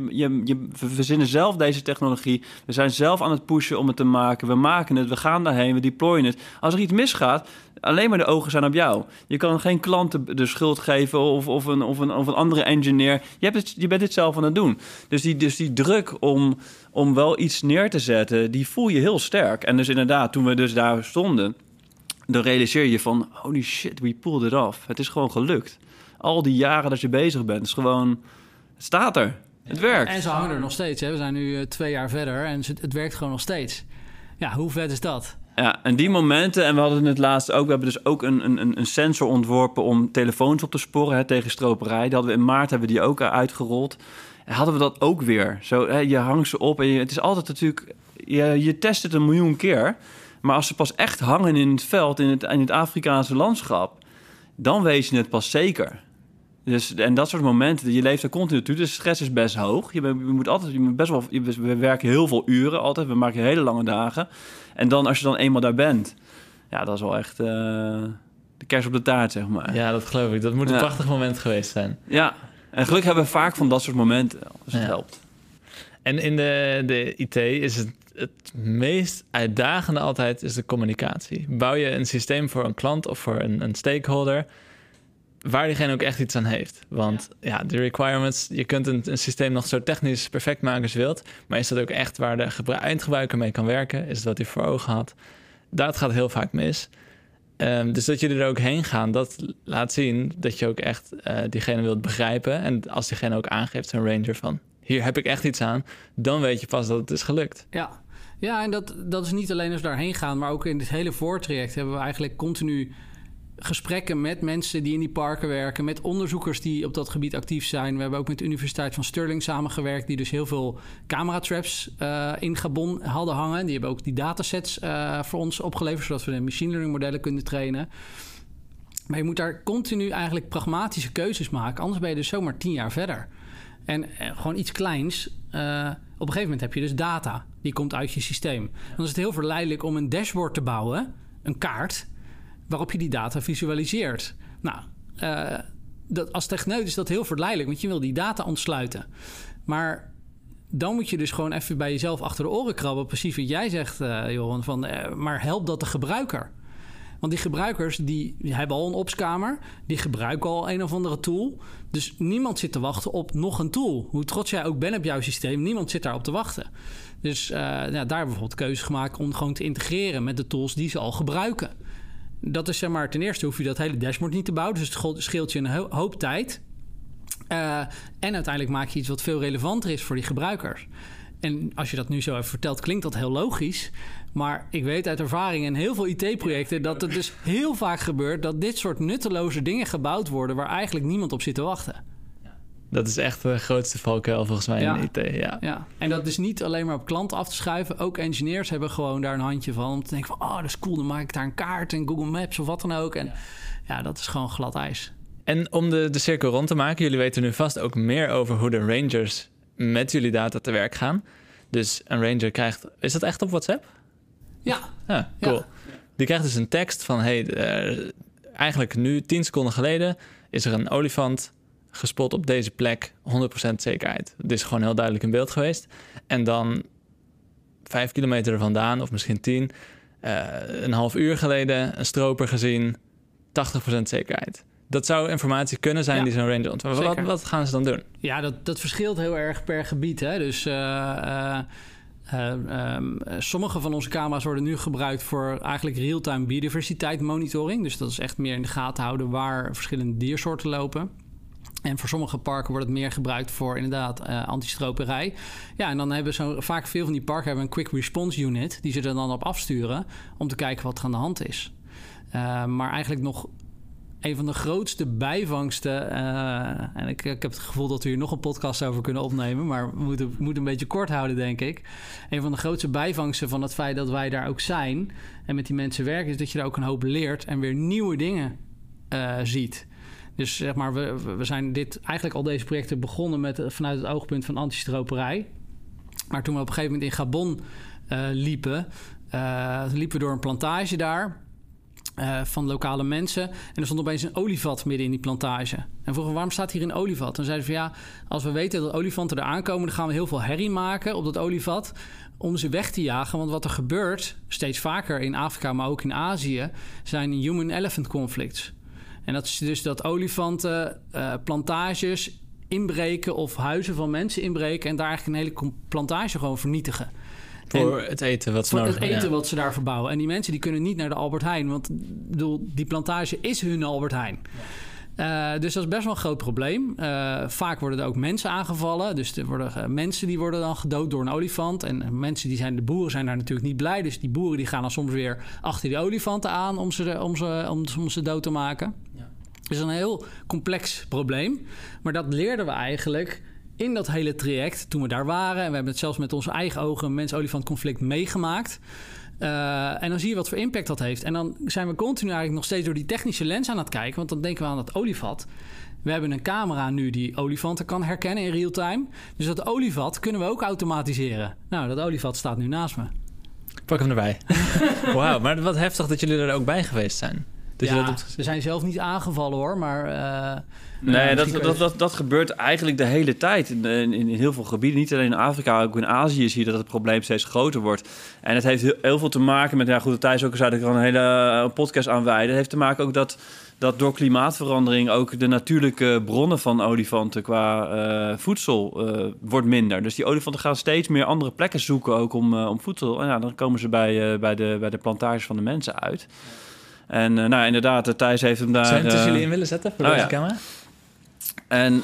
We verzinnen zelf deze technologie. We zijn zelf aan het pushen om het te maken. We maken het, we gaan daarheen, we deployen het. Als er iets misgaat, alleen maar de ogen zijn op jou. Je kan geen klanten de schuld geven of een andere engineer. Je bent dit zelf aan het doen. Dus die druk om wel iets neer te zetten, die voel je heel sterk. En dus inderdaad, toen we dus daar stonden, dan realiseer je van, holy shit, we pulled it off. Het is gewoon gelukt. Al die jaren dat je bezig bent, is gewoon, het staat er. Het werkt. En ze hangen er nog steeds. Hè? We zijn nu 2 jaar verder en het werkt gewoon nog steeds. Ja, hoe vet is dat? Ja, en die momenten, en we hadden het laatst ook, we hebben dus ook een sensor ontworpen om telefoons op te sporen tegen stroperij. Die hadden we in maart hebben we die ook uitgerold. En hadden we dat ook weer. Zo, je hangt ze op en het is altijd natuurlijk, je test het 1 miljoen keer. Maar als ze pas echt hangen in het veld, in het Afrikaanse landschap, dan weet je het pas zeker. Dus, en dat soort momenten, je leeft er continu toe, dus stress is best hoog. We werken heel veel uren altijd, we maken hele lange dagen. En dan, als je dan eenmaal daar bent, ja, dat is wel echt de kers op de taart, zeg maar. Ja, dat geloof ik. Dat moet een prachtig moment geweest zijn. Ja, en gelukkig hebben we vaak van dat soort momenten, als het helpt. En in de IT is het het meest uitdagende altijd is de communicatie. Bouw je een systeem voor een klant of voor een stakeholder waar diegene ook echt iets aan heeft. Want de requirements, je kunt een systeem nog zo technisch perfect maken als je wilt, maar is dat ook echt waar de eindgebruiker mee kan werken? Is het wat hij voor ogen had? Dat gaat heel vaak mis. Dus dat jullie er ook heen gaan, dat laat zien dat je ook echt diegene wilt begrijpen. En als diegene ook aangeeft, zo'n ranger van, hier heb ik echt iets aan, dan weet je pas dat het is gelukt. Ja, en dat is niet alleen als we daarheen gaan, maar ook in dit hele voortraject hebben we eigenlijk continu gesprekken met mensen die in die parken werken, met onderzoekers die op dat gebied actief zijn. We hebben ook met de Universiteit van Stirling samengewerkt, die dus heel veel camera-traps in Gabon hadden hangen. Die hebben ook die datasets voor ons opgeleverd, zodat we de machine learning modellen kunnen trainen. Maar je moet daar continu eigenlijk pragmatische keuzes maken, anders ben je dus zomaar 10 jaar verder. En gewoon iets kleins. Op een gegeven moment heb je dus data. Die komt uit je systeem. Dan is het heel verleidelijk om een dashboard te bouwen, een kaart, waarop je die data visualiseert. Nou, als techneut is dat heel verleidelijk, want je wil die data ontsluiten. Maar dan moet je dus gewoon even bij jezelf achter de oren krabben. Precies wat jij zegt, Johan, maar helpt dat de gebruiker? Want die gebruikers die hebben al een opskamer, die gebruiken al een of andere tool. Dus niemand zit te wachten op nog een tool. Hoe trots jij ook bent op jouw systeem, niemand zit daarop te wachten. Dus daar hebben we bijvoorbeeld keuzes gemaakt om gewoon te integreren met de tools die ze al gebruiken. Dat is ten eerste hoef je dat hele dashboard niet te bouwen. Dus het scheelt je een hoop tijd. En uiteindelijk maak je iets wat veel relevanter is voor die gebruikers. En als je dat nu zo even vertelt, klinkt dat heel logisch. Maar ik weet uit ervaring in heel veel IT-projecten dat het dus heel vaak gebeurt dat dit soort nutteloze dingen gebouwd worden waar eigenlijk niemand op zit te wachten. Dat is echt de grootste valkuil volgens mij in IT. Ja, en dat is niet alleen maar op klanten af te schuiven. Ook engineers hebben gewoon daar een handje van. Om te denken van, dat is cool, dan maak ik daar een kaart in Google Maps of wat dan ook. En dat is gewoon glad ijs. En om de cirkel rond te maken, jullie weten nu vast ook meer over hoe de rangers met jullie data te werk gaan. Dus een ranger krijgt, is dat echt op WhatsApp? Ja. Cool. Ja. Die krijgt dus een tekst van, eigenlijk nu 10 seconden geleden is er een olifant gespot op deze plek, 100% zekerheid. Het is gewoon heel duidelijk in beeld geweest. En dan 5 kilometer er vandaan, of misschien 10, een half uur geleden een stroper gezien, 80% zekerheid. Dat zou informatie kunnen zijn die zo'n ranger ontvangt. Wat gaan ze dan doen? Ja, dat verschilt heel erg per gebied. Hè? Dus sommige van onze camera's worden nu gebruikt voor eigenlijk real-time biodiversiteit monitoring. Dus dat is echt meer in de gaten houden waar verschillende diersoorten lopen. En voor sommige parken wordt het meer gebruikt voor inderdaad antistroperij. Ja, en dan hebben vaak veel van die parken hebben een quick response unit die ze er dan op afsturen om te kijken wat er aan de hand is. Maar eigenlijk nog een van de grootste bijvangsten, en ik heb het gevoel dat we hier nog een podcast over kunnen opnemen, maar we moeten een beetje kort houden, denk ik. Een van de grootste bijvangsten van het feit dat wij daar ook zijn en met die mensen werken, is dat je daar ook een hoop leert en weer nieuwe dingen ziet. Dus zeg maar, we zijn eigenlijk al deze projecten begonnen vanuit het oogpunt van antistroperij. Maar toen we op een gegeven moment in Gabon liepen we door een plantage daar van lokale mensen. En er stond opeens een olifant midden in die plantage. En vroegen, waarom staat hier een olifant? Dan zeiden ze van als we weten dat olifanten er aankomen, dan gaan we heel veel herrie maken op dat olifant om ze weg te jagen. Want wat er gebeurt, steeds vaker in Afrika, maar ook in Azië, zijn human-elephant conflicts. En dat is dus dat olifanten plantages inbreken of huizen van mensen inbreken en daar eigenlijk een hele plantage gewoon vernietigen. Voor het eten wat ze nodig hebben. Voor het eten wat ze daar verbouwen. En die mensen die kunnen niet naar de Albert Heijn, want die plantage is hun Albert Heijn. Ja. Dus dat is best wel een groot probleem. Vaak worden er ook mensen aangevallen. Dus er worden mensen die worden dan gedood door een olifant. En de boeren zijn daar natuurlijk niet blij. Dus die boeren die gaan dan soms weer achter die olifanten aan om ze dood te maken. Ja. Het is een heel complex probleem. Maar dat leerden we eigenlijk in dat hele traject toen we daar waren. En we hebben het zelfs met onze eigen ogen een mens-olifant conflict meegemaakt. En dan zie je wat voor impact dat heeft. En dan zijn we continu eigenlijk nog steeds door die technische lens aan het kijken. Want dan denken we aan dat olifant. We hebben een camera nu die olifanten kan herkennen in real time. Dus dat olifant kunnen we ook automatiseren. Nou, dat olifant staat nu naast me. Pak hem erbij. Wauw, maar wat heftig dat jullie er ook bij geweest zijn. Dat je dat hebt gezien? Ze zijn zelf niet aangevallen hoor, maar... Nee, dat gebeurt eigenlijk de hele tijd in heel veel gebieden. Niet alleen in Afrika, ook in Azië zie je dat het probleem steeds groter wordt. En het heeft heel veel te maken met... Ja, goed, Thijs ook zei dat ik er een hele podcast aan wijde. Het heeft te maken ook dat door klimaatverandering ook de natuurlijke bronnen van olifanten qua voedsel wordt minder. Dus die olifanten gaan steeds meer andere plekken zoeken ook om voedsel. En dan komen ze bij de plantages van de mensen uit. En inderdaad, Thijs heeft hem daar... Zou je tussen jullie in willen zetten voor deze camera? En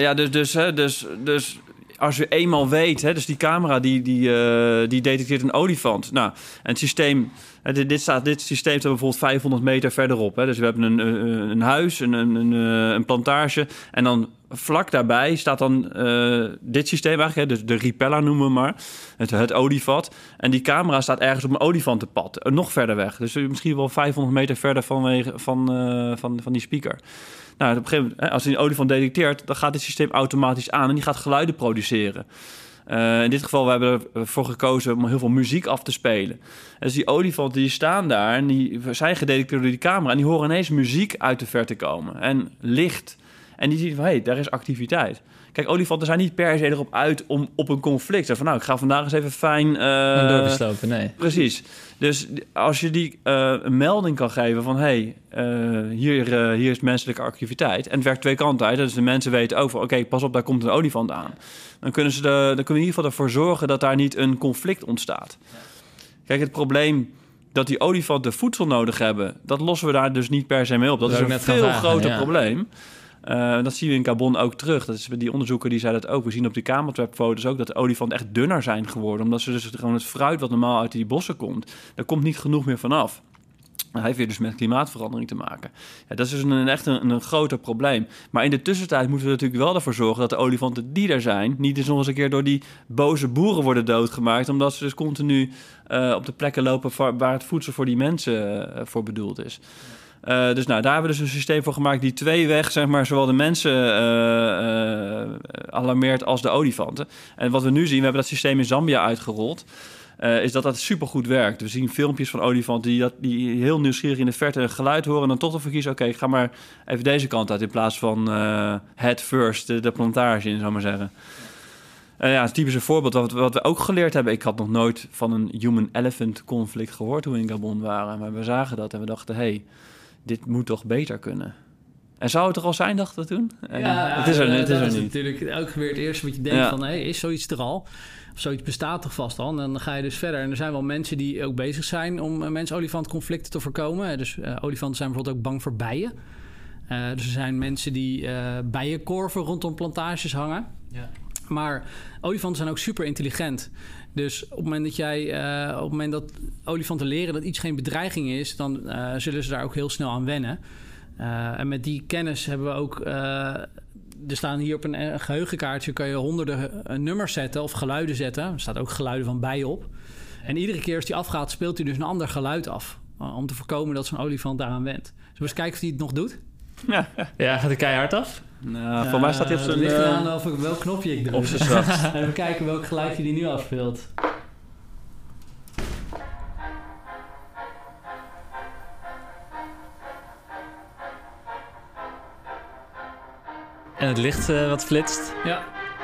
dus als je eenmaal weet... dus die camera die detecteert een olifant. Nou, en het systeem... Dit systeem staat bijvoorbeeld 500 meter verderop. Dus we hebben een huis, een plantage. En dan vlak daarbij staat dan dit systeem eigenlijk. Dus de Ripella noemen we maar. Het olievat. En die camera staat ergens op een olifantenpad. Nog verder weg. Dus misschien wel 500 meter verder van die speaker. Nou, op een gegeven moment, als hij een olifant detecteert... dan gaat dit systeem automatisch aan en die gaat geluiden produceren. In dit geval, we hebben ervoor gekozen om heel veel muziek af te spelen. Dus die olifanten die staan daar en die zijn gedetecteerd door die camera... en die horen ineens muziek uit de verte komen en licht. En die zien van, hé, daar is activiteit. Kijk, olifanten zijn niet per se erop uit om op een conflict. Zeg van, ik ga vandaag eens even fijn... doorslopen, nee. Precies. Dus als je die een melding kan geven van... hier is menselijke activiteit. En het werkt twee kanten uit. Dus de mensen weten ook van... oké, pas op, daar komt een olifant aan. Dan kunnen we in ieder geval ervoor zorgen... dat daar niet een conflict ontstaat. Kijk, het probleem... dat die olifanten voedsel nodig hebben... dat lossen we daar dus niet per se mee op. Dat is een veel groter probleem. Dat zien we in Gabon ook terug. Dat is bij die onderzoeker die zei dat ook. We zien op die Cameltrap-foto's ook dat de olifanten echt dunner zijn geworden. Omdat ze dus gewoon het fruit wat normaal uit die bossen komt... daar komt niet genoeg meer vanaf. Hij heeft weer dus met klimaatverandering te maken. Ja, dat is dus echt een groter probleem. Maar in de tussentijd moeten we natuurlijk wel ervoor zorgen... dat de olifanten die er zijn... niet eens nog eens een keer door die boze boeren worden doodgemaakt... omdat ze dus continu op de plekken lopen... waar het voedsel voor die mensen voor bedoeld is. Dus daar hebben we dus een systeem voor gemaakt... die tweeweg, zeg maar, zowel de mensen alarmeert als de olifanten. En wat we nu zien, we hebben dat systeem in Zambia uitgerold... is dat supergoed werkt. We zien filmpjes van olifanten die heel nieuwsgierig in de verte een geluid horen... en dan toch ervoor kiezen, oké, ik ga maar even deze kant uit... in plaats van head first, de plantage in, zou ik maar zeggen. Een typische voorbeeld wat we ook geleerd hebben... ik had nog nooit van een human-elephant conflict gehoord... toen we in Gabon waren, maar we zagen dat en we dachten... dit moet toch beter kunnen. En zou het er al zijn, dachten we toen? Het is er niet. Natuurlijk ook weer het eerste wat je denkt van... is zoiets er al? Of zoiets bestaat toch vast al? En dan ga je dus verder. En er zijn wel mensen die ook bezig zijn... om mens-olifant-conflicten te voorkomen. Dus olifanten zijn bijvoorbeeld ook bang voor bijen. Dus er zijn mensen die bijenkorven rondom plantages hangen. Ja. Maar olifanten zijn ook super intelligent. Dus op het moment dat olifanten leren dat iets geen bedreiging is... dan zullen ze daar ook heel snel aan wennen. En met die kennis hebben we ook... er staan hier op een geheugenkaartje... kan je honderden nummers zetten of geluiden zetten. Er staat ook geluiden van bijen op. En iedere keer als die afgaat, speelt hij dus een ander geluid af. Om te voorkomen dat zo'n olifant daaraan went. Zullen we eens kijken of hij het nog doet? Ja, gaat hij keihard af? Nou, voor mij staat hij op zijn... Het ligt eraan of welk knopje ik druk. Op zijn zacht. Even kijken welk geluidje die nu afspeelt. En het licht wat flitst. Ja.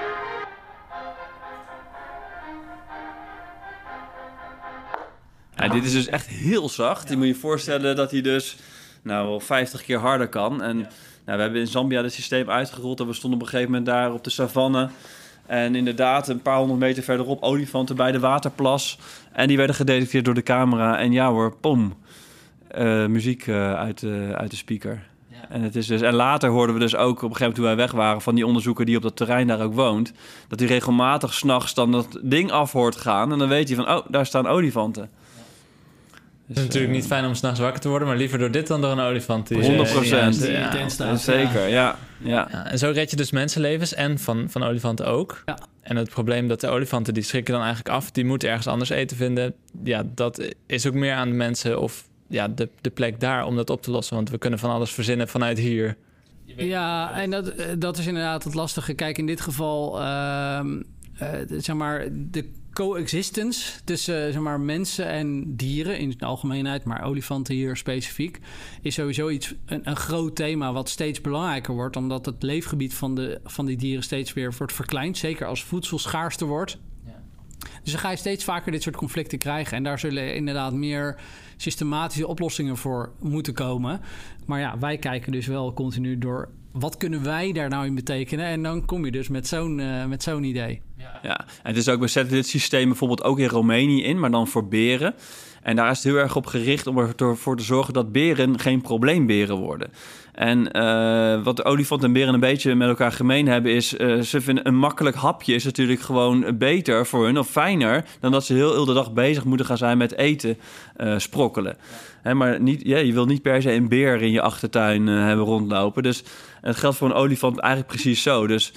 Dit is dus echt heel zacht. Je moet je voorstellen dat hij dus wel 50 keer harder kan. En we hebben in Zambia het systeem uitgerold. En we stonden op een gegeven moment daar op de savanne. En inderdaad, een paar honderd meter verderop olifanten bij de waterplas. En die werden gedetecteerd door de camera. En ja hoor, pom. Muziek uit de speaker. Ja. En, het is dus, en later hoorden we dus ook, op een gegeven moment toen wij weg waren... van die onderzoeker die op dat terrein daar ook woont... dat hij regelmatig 's nachts dan dat ding af hoort gaan... en dan weet hij van, daar staan olifanten. Het is natuurlijk niet fijn om 's nachts wakker te worden... maar liever door dit dan door een olifant. 100%. Zeker, ja. En zo red je dus mensenlevens en van olifanten ook. Ja. En het probleem dat de olifanten, die schrikken dan eigenlijk af... die moeten ergens anders eten vinden. Ja, dat is ook meer aan de mensen of de plek daar om dat op te lossen. Want we kunnen van alles verzinnen vanuit hier. Ja, en dat is inderdaad het lastige. Kijk, in dit geval, zeg maar, de coexistence tussen zeg maar, mensen en dieren in de algemeenheid, maar olifanten hier specifiek, is sowieso een groot thema wat steeds belangrijker wordt, omdat het leefgebied van die dieren steeds weer wordt verkleind, zeker als voedsel schaarster wordt. Dus dan ga je steeds vaker dit soort conflicten krijgen. En daar zullen inderdaad meer systematische oplossingen voor moeten komen. Maar ja, wij kijken dus wel continu door, wat kunnen wij daar nou in betekenen? En dan kom je dus met zo'n idee. Ja, en het is ook, we zetten dit systeem bijvoorbeeld ook in Roemenië in, maar dan voor beren. En daar is het heel erg op gericht om ervoor te zorgen dat beren geen probleemberen worden. En wat de olifant en beren een beetje met elkaar gemeen hebben is, ze vinden een makkelijk hapje is natuurlijk gewoon beter voor hun of fijner dan dat ze heel de dag bezig moeten gaan zijn met eten sprokkelen. Hè, maar niet, je wil niet per se een beer in je achtertuin hebben rondlopen. Dus het geldt voor een olifant eigenlijk precies zo. Dus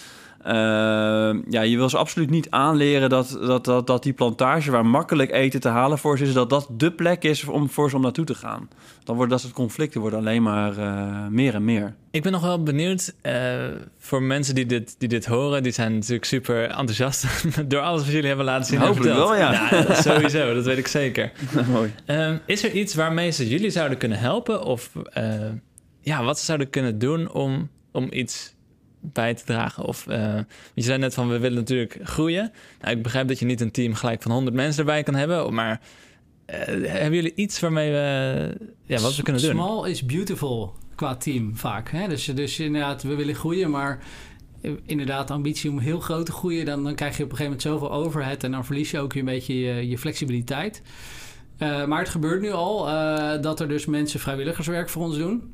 je wil ze absoluut niet aanleren dat die plantage waar makkelijk eten te halen voor ze is, dat de plek is voor ze om naartoe te gaan. Dan worden dat soort conflicten worden alleen maar meer en meer. Ik ben nog wel benieuwd, voor mensen die dit horen, die zijn natuurlijk super enthousiast door alles wat jullie hebben laten zien. Hopelijk wel, ja. Ja, sowieso, dat weet ik zeker. Mooi. Is er iets waarmee ze jullie zouden kunnen helpen? Of wat ze zouden kunnen doen om iets bij te dragen? Of je zei net van, we willen natuurlijk groeien. Nou, ik begrijp dat je niet een team gelijk van 100 mensen erbij kan hebben, maar hebben jullie iets waarmee wat we kunnen doen? Small is beautiful qua team vaak. Hè? Dus inderdaad, we willen groeien, maar inderdaad ambitie om heel groot te groeien, dan krijg je op een gegeven moment zoveel overhead en dan verlies je ook een beetje je flexibiliteit. Maar het gebeurt nu al dat er dus mensen vrijwilligerswerk voor ons doen.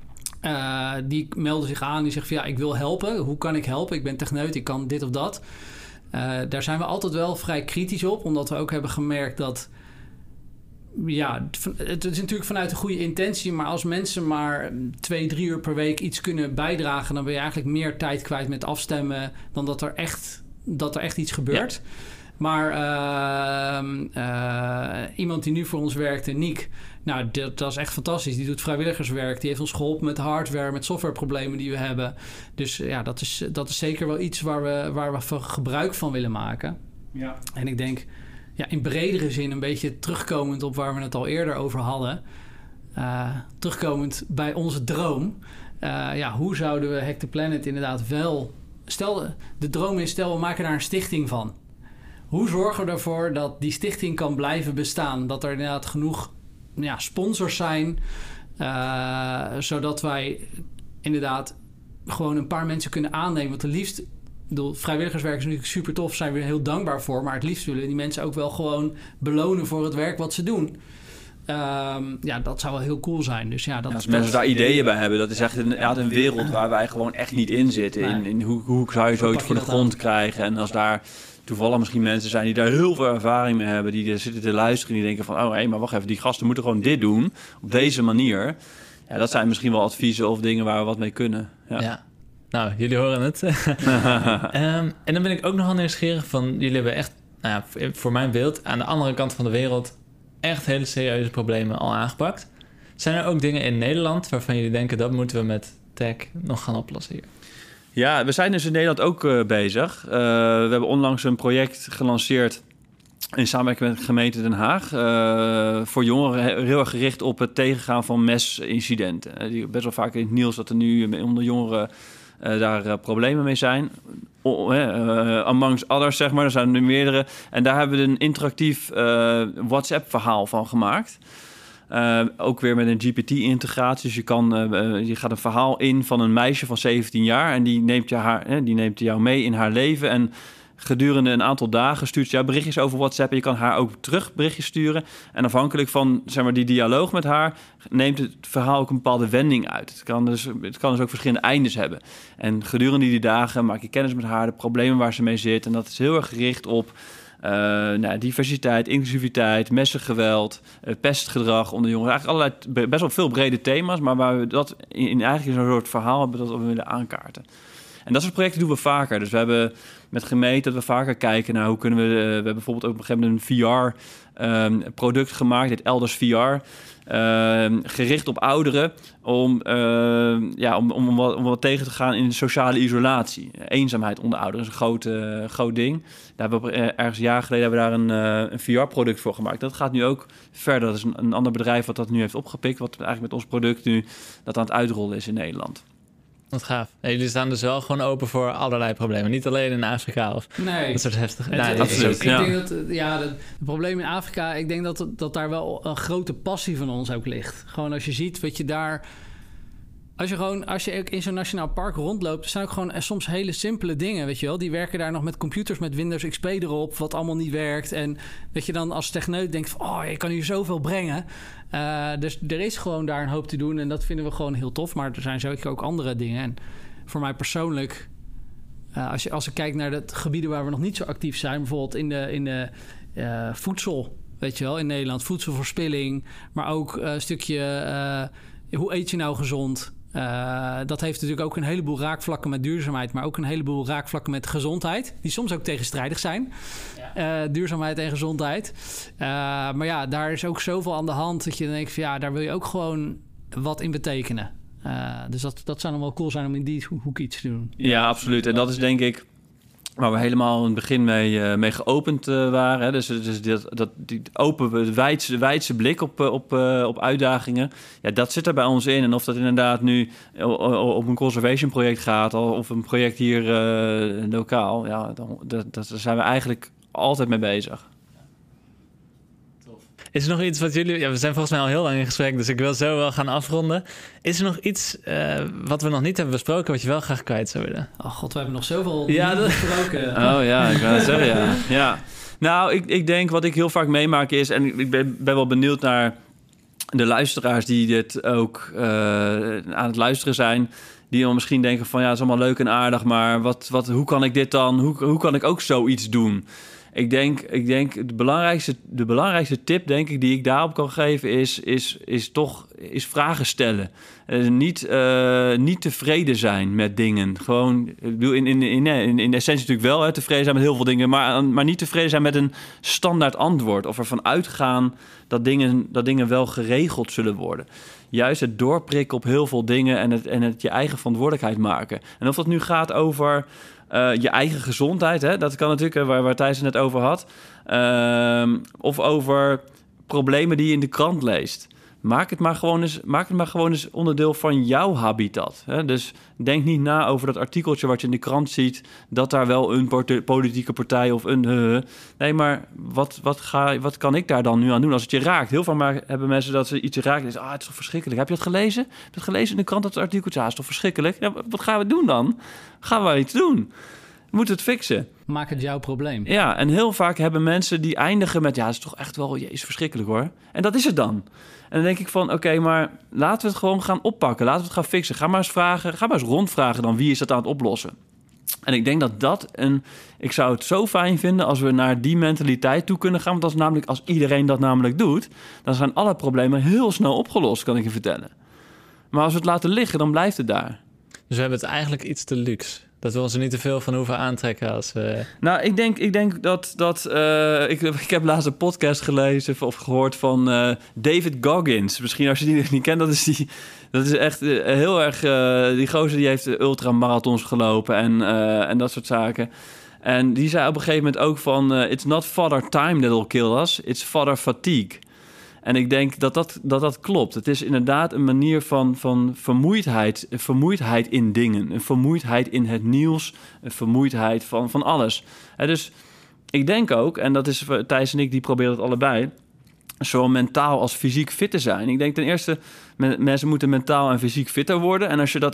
Die melden zich aan, die zeggen van ik wil helpen. Hoe kan ik helpen? Ik ben techneut, ik kan dit of dat. Daar zijn we altijd wel vrij kritisch op, omdat we ook hebben gemerkt dat het is natuurlijk vanuit een goede intentie, maar als mensen maar 2-3 uur per week iets kunnen bijdragen, dan ben je eigenlijk meer tijd kwijt met afstemmen dan dat er echt iets gebeurt. Ja. Maar iemand die nu voor ons werkte, Niek, nou, dat is echt fantastisch. Die doet vrijwilligerswerk. Die heeft ons geholpen met hardware, met softwareproblemen die we hebben. Dus ja, dat is zeker wel iets waar we gebruik van willen maken. Ja. En ik denk, in bredere zin een beetje terugkomend op waar we het al eerder over hadden. Terugkomend bij onze droom. Hoe zouden we Hack the Planet inderdaad wel... De droom is, we maken daar een stichting van. Hoe zorgen we ervoor dat die stichting kan blijven bestaan? Dat er inderdaad genoeg sponsors zijn, zodat wij inderdaad gewoon een paar mensen kunnen aannemen. Want het liefst, vrijwilligerswerk is natuurlijk super tof, zijn we heel dankbaar voor, maar het liefst willen die mensen ook wel gewoon belonen voor het werk wat ze doen. Dat zou wel heel cool zijn. Dus als mensen daar ideeën bij hebben, dat is echt een wereld waar wij gewoon echt niet in zitten. In hoe zou je zoiets voor de grond krijgen? En als daar toevallig misschien mensen zijn die daar heel veel ervaring mee hebben, die er zitten te luisteren en die denken van, maar wacht even, die gasten moeten gewoon dit doen, op deze manier. Ja, dat zijn misschien wel adviezen of dingen waar we wat mee kunnen. Ja. Nou, jullie horen het. En dan ben ik ook nogal nieuwsgierig van, jullie hebben echt, voor mijn beeld, aan de andere kant van de wereld echt hele serieuze problemen al aangepakt. Zijn er ook dingen in Nederland waarvan jullie denken, dat moeten we met tech nog gaan oplossen hier? Ja, we zijn dus in Nederland ook bezig. We hebben onlangs een project gelanceerd in samenwerking met de gemeente Den Haag. Voor jongeren heel erg gericht op het tegengaan van mesincidenten. Die best wel vaak in het nieuws dat er nu onder jongeren daar problemen mee zijn. Amongst others, zeg maar. Er zijn er meerdere. En daar hebben we een interactief WhatsApp-verhaal van gemaakt. Ook weer met een GPT-integratie. Dus je gaat een verhaal in van een meisje van 17 jaar... en die neemt jou mee in haar leven... en gedurende een aantal dagen stuurt ze jou berichtjes over WhatsApp... en je kan haar ook terug berichtjes sturen. En afhankelijk van die dialoog met haar... neemt het verhaal ook een bepaalde wending uit. Het kan dus ook verschillende eindes hebben. En gedurende die dagen maak je kennis met haar... de problemen waar ze mee zit. En dat is heel erg gericht op... diversiteit, inclusiviteit, messengeweld, pestgedrag onder jongeren. Eigenlijk allerlei, best wel veel brede thema's, maar waar we dat in eigenlijk zo'n soort verhaal hebben dat we willen aankaarten. En dat soort projecten doen we vaker. Dus we hebben met gemeenten dat we vaker kijken naar hoe kunnen we... we hebben bijvoorbeeld ook op een gegeven moment een VR-product gemaakt, dit Elders VR... gericht op ouderen om wat tegen te gaan in sociale isolatie. Eenzaamheid onder ouderen is een groot ding. Daar hebben we ergens een jaar geleden een VR-product voor gemaakt. Dat gaat nu ook verder. Dat is een ander bedrijf wat dat nu heeft opgepikt, wat eigenlijk met ons product nu dat aan het uitrollen is in Nederland. Wat gaaf. En jullie staan dus wel gewoon open voor allerlei problemen. Niet alleen in Afrika of Nee. dat soort heftige... absoluut. Ik denk dat het probleem in Afrika... Ik denk dat daar wel een grote passie van ons ook ligt. Gewoon als je ziet wat je daar... Als je in zo'n nationaal park rondloopt... er zijn ook gewoon soms hele simpele dingen, weet je wel. Die werken daar nog met computers, met Windows XP erop... wat allemaal niet werkt. En dat je dan als techneut denkt van... je kan hier zoveel brengen. Dus er is gewoon daar een hoop te doen... en dat vinden we gewoon heel tof. Maar er zijn zeker ook andere dingen. En voor mij persoonlijk... Als ik kijk naar de gebieden waar we nog niet zo actief zijn... bijvoorbeeld in de voedsel, weet je wel, in Nederland. Voedselverspilling, maar ook een stukje... hoe eet je nou gezond? Dat heeft natuurlijk ook een heleboel raakvlakken met duurzaamheid... maar ook een heleboel raakvlakken met gezondheid... die soms ook tegenstrijdig zijn. Ja. Duurzaamheid en gezondheid. Maar ja, daar is ook zoveel aan de hand... dat je denkt van daar wil je ook gewoon wat in betekenen. Dus dat zou nog wel cool zijn om in die hoek iets te doen. Ja, absoluut. En dat is denk ik... waar we helemaal in het begin mee geopend waren. Hè? Dus die open, wijdse blik op uitdagingen. Ja, dat zit er bij ons in. En of dat inderdaad nu op een conservation project gaat... of een project hier lokaal... ja, daar zijn we eigenlijk altijd mee bezig. Is er nog iets wat jullie... Ja, we zijn volgens mij al heel lang in gesprek... dus ik wil zo wel gaan afronden. Is er nog iets wat we nog niet hebben besproken... wat je wel graag kwijt zou willen? Oh god, we hebben nog zoveel besproken. Oh ja, ik wou het zeggen, ja. Nou, ik denk wat ik heel vaak meemaak is... en ik ben wel benieuwd naar de luisteraars... die dit ook aan het luisteren zijn... die dan misschien denken van... ja, het is allemaal leuk en aardig... maar hoe kan ik dit dan... hoe kan ik ook zoiets doen... Ik denk de belangrijkste tip, denk ik, die ik daarop kan geven, is vragen stellen. Niet tevreden zijn met dingen. Gewoon, ik bedoel, in essentie natuurlijk wel tevreden zijn met heel veel dingen, maar niet tevreden zijn met een standaard antwoord. Of ervan uitgaan dat dingen wel geregeld zullen worden. Juist het doorprikken op heel veel dingen en het je eigen verantwoordelijkheid maken. En of dat nu gaat over... je eigen gezondheid, hè? Dat kan natuurlijk, waar Thijs het net over had. Of over problemen die je in de krant leest. Maak het maar gewoon eens onderdeel van jouw habitat. Hè? Dus denk niet na over dat artikeltje wat je in de krant ziet... dat daar wel een politieke partij of een... Nee, maar wat kan ik daar dan nu aan doen als het je raakt? Heel vaak hebben mensen dat ze iets raken... en het is toch verschrikkelijk. Heb je dat gelezen? Heb je dat gelezen in de krant, dat artikeltje? Het is toch verschrikkelijk? Ja, wat gaan we doen dan? Gaan we iets doen? We moeten het fixen. Maak het jouw probleem. Ja, en heel vaak hebben mensen die eindigen met... het is toch echt wel, is verschrikkelijk hoor. En dat is het dan. En dan denk ik van, oké, maar laten we het gewoon gaan oppakken. Laten we het gaan fixen. Ga maar eens rondvragen dan wie is dat aan het oplossen. En ik denk ik zou het zo fijn vinden als we naar die mentaliteit toe kunnen gaan. Want als iedereen dat namelijk doet... dan zijn alle problemen heel snel opgelost, kan ik je vertellen. Maar als we het laten liggen, dan blijft het daar. Dus we hebben het eigenlijk iets te luxe. Dat we ons er niet te veel van hoeven aantrekken als... Nou, ik denk dat ik heb laatst een podcast gelezen of gehoord van David Goggins. Misschien als je die niet kent, dat is echt heel erg... die gozer die heeft ultramarathons gelopen en dat soort zaken. En die zei op een gegeven moment ook van... it's not father time that'll kill us, it's father fatigue. En ik denk dat klopt. Het is inderdaad een manier van vermoeidheid. Een vermoeidheid in dingen. Een vermoeidheid in het nieuws. Een vermoeidheid van alles. En dus ik denk ook, en dat is Thijs en ik, die proberen het allebei... zowel mentaal als fysiek fit te zijn. Ik denk ten eerste, mensen moeten mentaal en fysiek fitter worden. En als je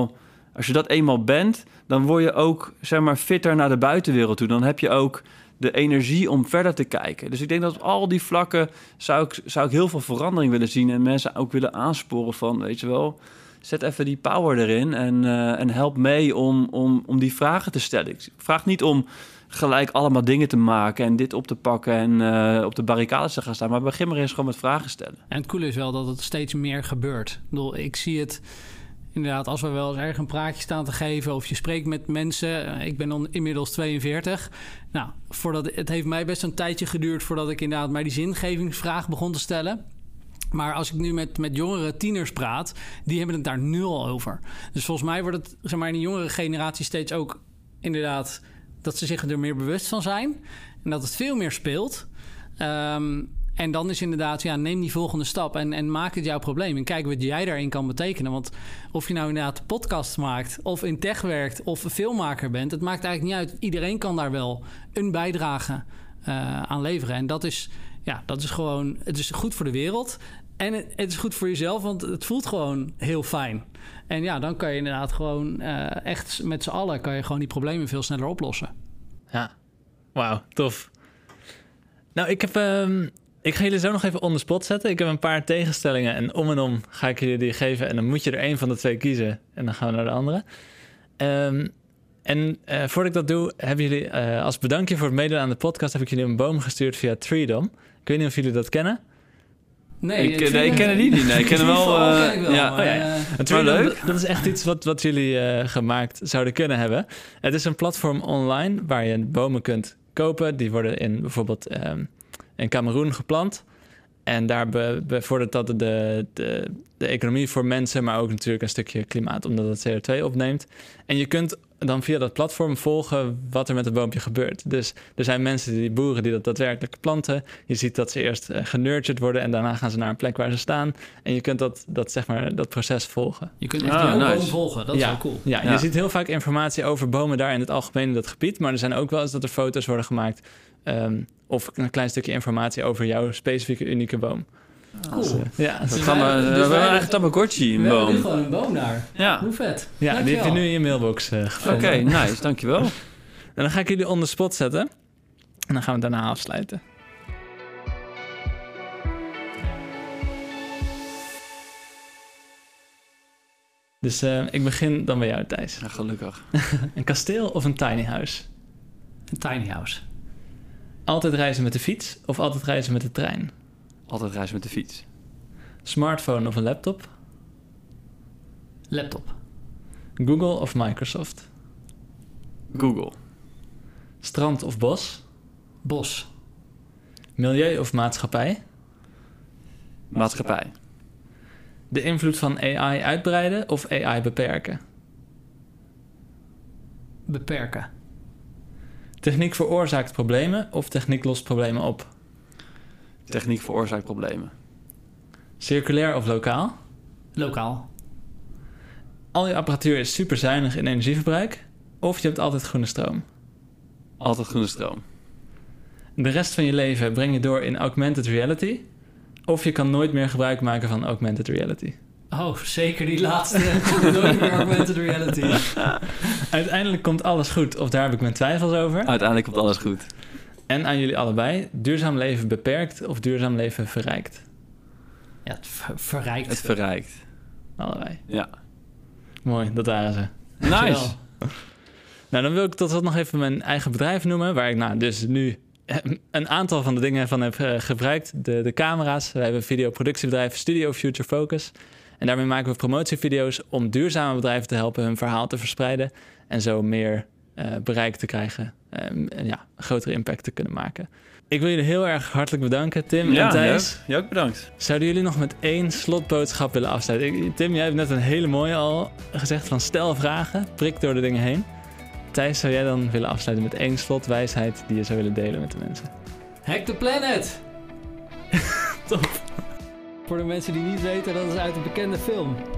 dat eenmaal bent, dan word je ook, zeg maar, fitter naar de buitenwereld toe. Dan heb je ook... de energie om verder te kijken. Dus ik denk dat op al die vlakken zou ik heel veel verandering willen zien... en mensen ook willen aansporen van, weet je wel... zet even die power erin en help mee om die vragen te stellen. Ik vraag niet om gelijk allemaal dingen te maken... en dit op te pakken en op de barricades te gaan staan... maar begin maar eens gewoon met vragen stellen. En het coole is wel dat het steeds meer gebeurt. Ik bedoel, ik zie het... inderdaad, als we wel eens ergens een praatje staan te geven of je spreekt met mensen. Ik ben inmiddels 42. Nou, het heeft mij best een tijdje geduurd voordat ik inderdaad mij die zingevingsvraag begon te stellen. Maar als ik nu met jongere tieners praat, die hebben het daar nul over. Dus volgens mij wordt het, zeg maar, in de jongere generatie steeds ook inderdaad dat ze zich er meer bewust van zijn. En dat het veel meer speelt. En dan is inderdaad, neem die volgende stap en maak het jouw probleem. En kijk wat jij daarin kan betekenen. Want of je nou inderdaad podcasts maakt, of in tech werkt, of een filmmaker bent, het maakt eigenlijk niet uit. Iedereen kan daar wel een bijdrage aan leveren. En dat is gewoon, het is goed voor de wereld. En het is goed voor jezelf, want het voelt gewoon heel fijn. En ja, dan kan je inderdaad gewoon echt met z'n allen kan je gewoon die problemen veel sneller oplossen. Ja, wauw, tof. Nou, ik ga jullie zo nog even on the spot zetten. Ik heb een paar tegenstellingen en om ga ik jullie die geven. En dan moet je er één van de twee kiezen. En dan gaan we naar de andere. Voordat ik dat doe, hebben jullie als bedankje voor het meedoen aan de podcast, heb ik jullie een boom gestuurd via Treedom. Ik weet niet of jullie dat kennen. Nee, ik ken die niet. Nee, ik ken hem wel. Leuk. Dat is echt iets wat jullie gemaakt zouden kunnen hebben. Het is een platform online waar je bomen kunt kopen. Die worden in bijvoorbeeld in Kameroen geplant. En daar bevordert dat de economie voor mensen, maar ook natuurlijk een stukje klimaat, omdat het CO2 opneemt. En je kunt dan via dat platform volgen wat er met het boompje gebeurt. Dus er zijn mensen, boeren die dat daadwerkelijk planten. Je ziet dat ze eerst genurtured worden en daarna gaan ze naar een plek waar ze staan. En je kunt dat proces volgen. Je kunt echt een boom volgen, dat is wel cool. Ja, je ziet heel vaak informatie over bomen daar in het algemeen in dat gebied. Maar er zijn ook wel eens dat er foto's worden gemaakt of een klein stukje informatie over jouw specifieke unieke boom. Cool. Dus, we hebben eigenlijk Tamagotchi, een boom. We hebben gewoon een boom daar. Ja. Hoe vet. Ja, dankjewel. Die heb je nu in je mailbox gevonden. Oké, nice, dankjewel. En dan ga ik jullie on the spot zetten. En dan gaan we daarna afsluiten. Dus ik begin dan bij jou, Thijs. Ja, gelukkig. Een kasteel of een tiny house? Een tiny house. Altijd reizen met de fiets of altijd reizen met de trein? Altijd reizen met de fiets. Smartphone of een laptop? Laptop. Google of Microsoft? Google. Strand of bos? Bos. Milieu of maatschappij? Maatschappij. De invloed van AI uitbreiden of AI beperken? Beperken. Techniek veroorzaakt problemen of techniek lost problemen op? Techniek veroorzaakt problemen. Circulair of lokaal? Lokaal. Al je apparatuur is super zuinig in energieverbruik of je hebt altijd groene stroom? Altijd groene stroom. De rest van je leven breng je door in augmented reality of je kan nooit meer gebruik maken van augmented reality? Oh, zeker die laatste. Nooit meer augmented reality. Uiteindelijk komt alles goed of daar heb ik mijn twijfels over. Uiteindelijk komt alles goed. En aan jullie allebei, duurzaam leven beperkt of duurzaam leven verrijkt? Ja, het verrijkt. Het verrijkt. Allebei. Ja. Mooi, dat waren ze. Nice. Nou, dan wil ik tot slot nog even mijn eigen bedrijf noemen, waar ik dus nu een aantal van de dingen van heb gebruikt. De camera's. Wij hebben een videoproductiebedrijf Studio Future Focus. En daarmee maken we promotievideo's om duurzame bedrijven te helpen hun verhaal te verspreiden en zo meer bereik te krijgen en een grotere impact te kunnen maken. Ik wil jullie heel erg hartelijk bedanken, Tim en Thijs. Ja, ook bedankt. Zouden jullie nog met 1 slotboodschap willen afsluiten? Tim, jij hebt net een hele mooie al gezegd van stel vragen, prik door de dingen heen. Thijs, zou jij dan willen afsluiten met 1 slotwijsheid die je zou willen delen met de mensen? Hack the planet! Top. Voor de mensen die niet weten, dat is uit een bekende film.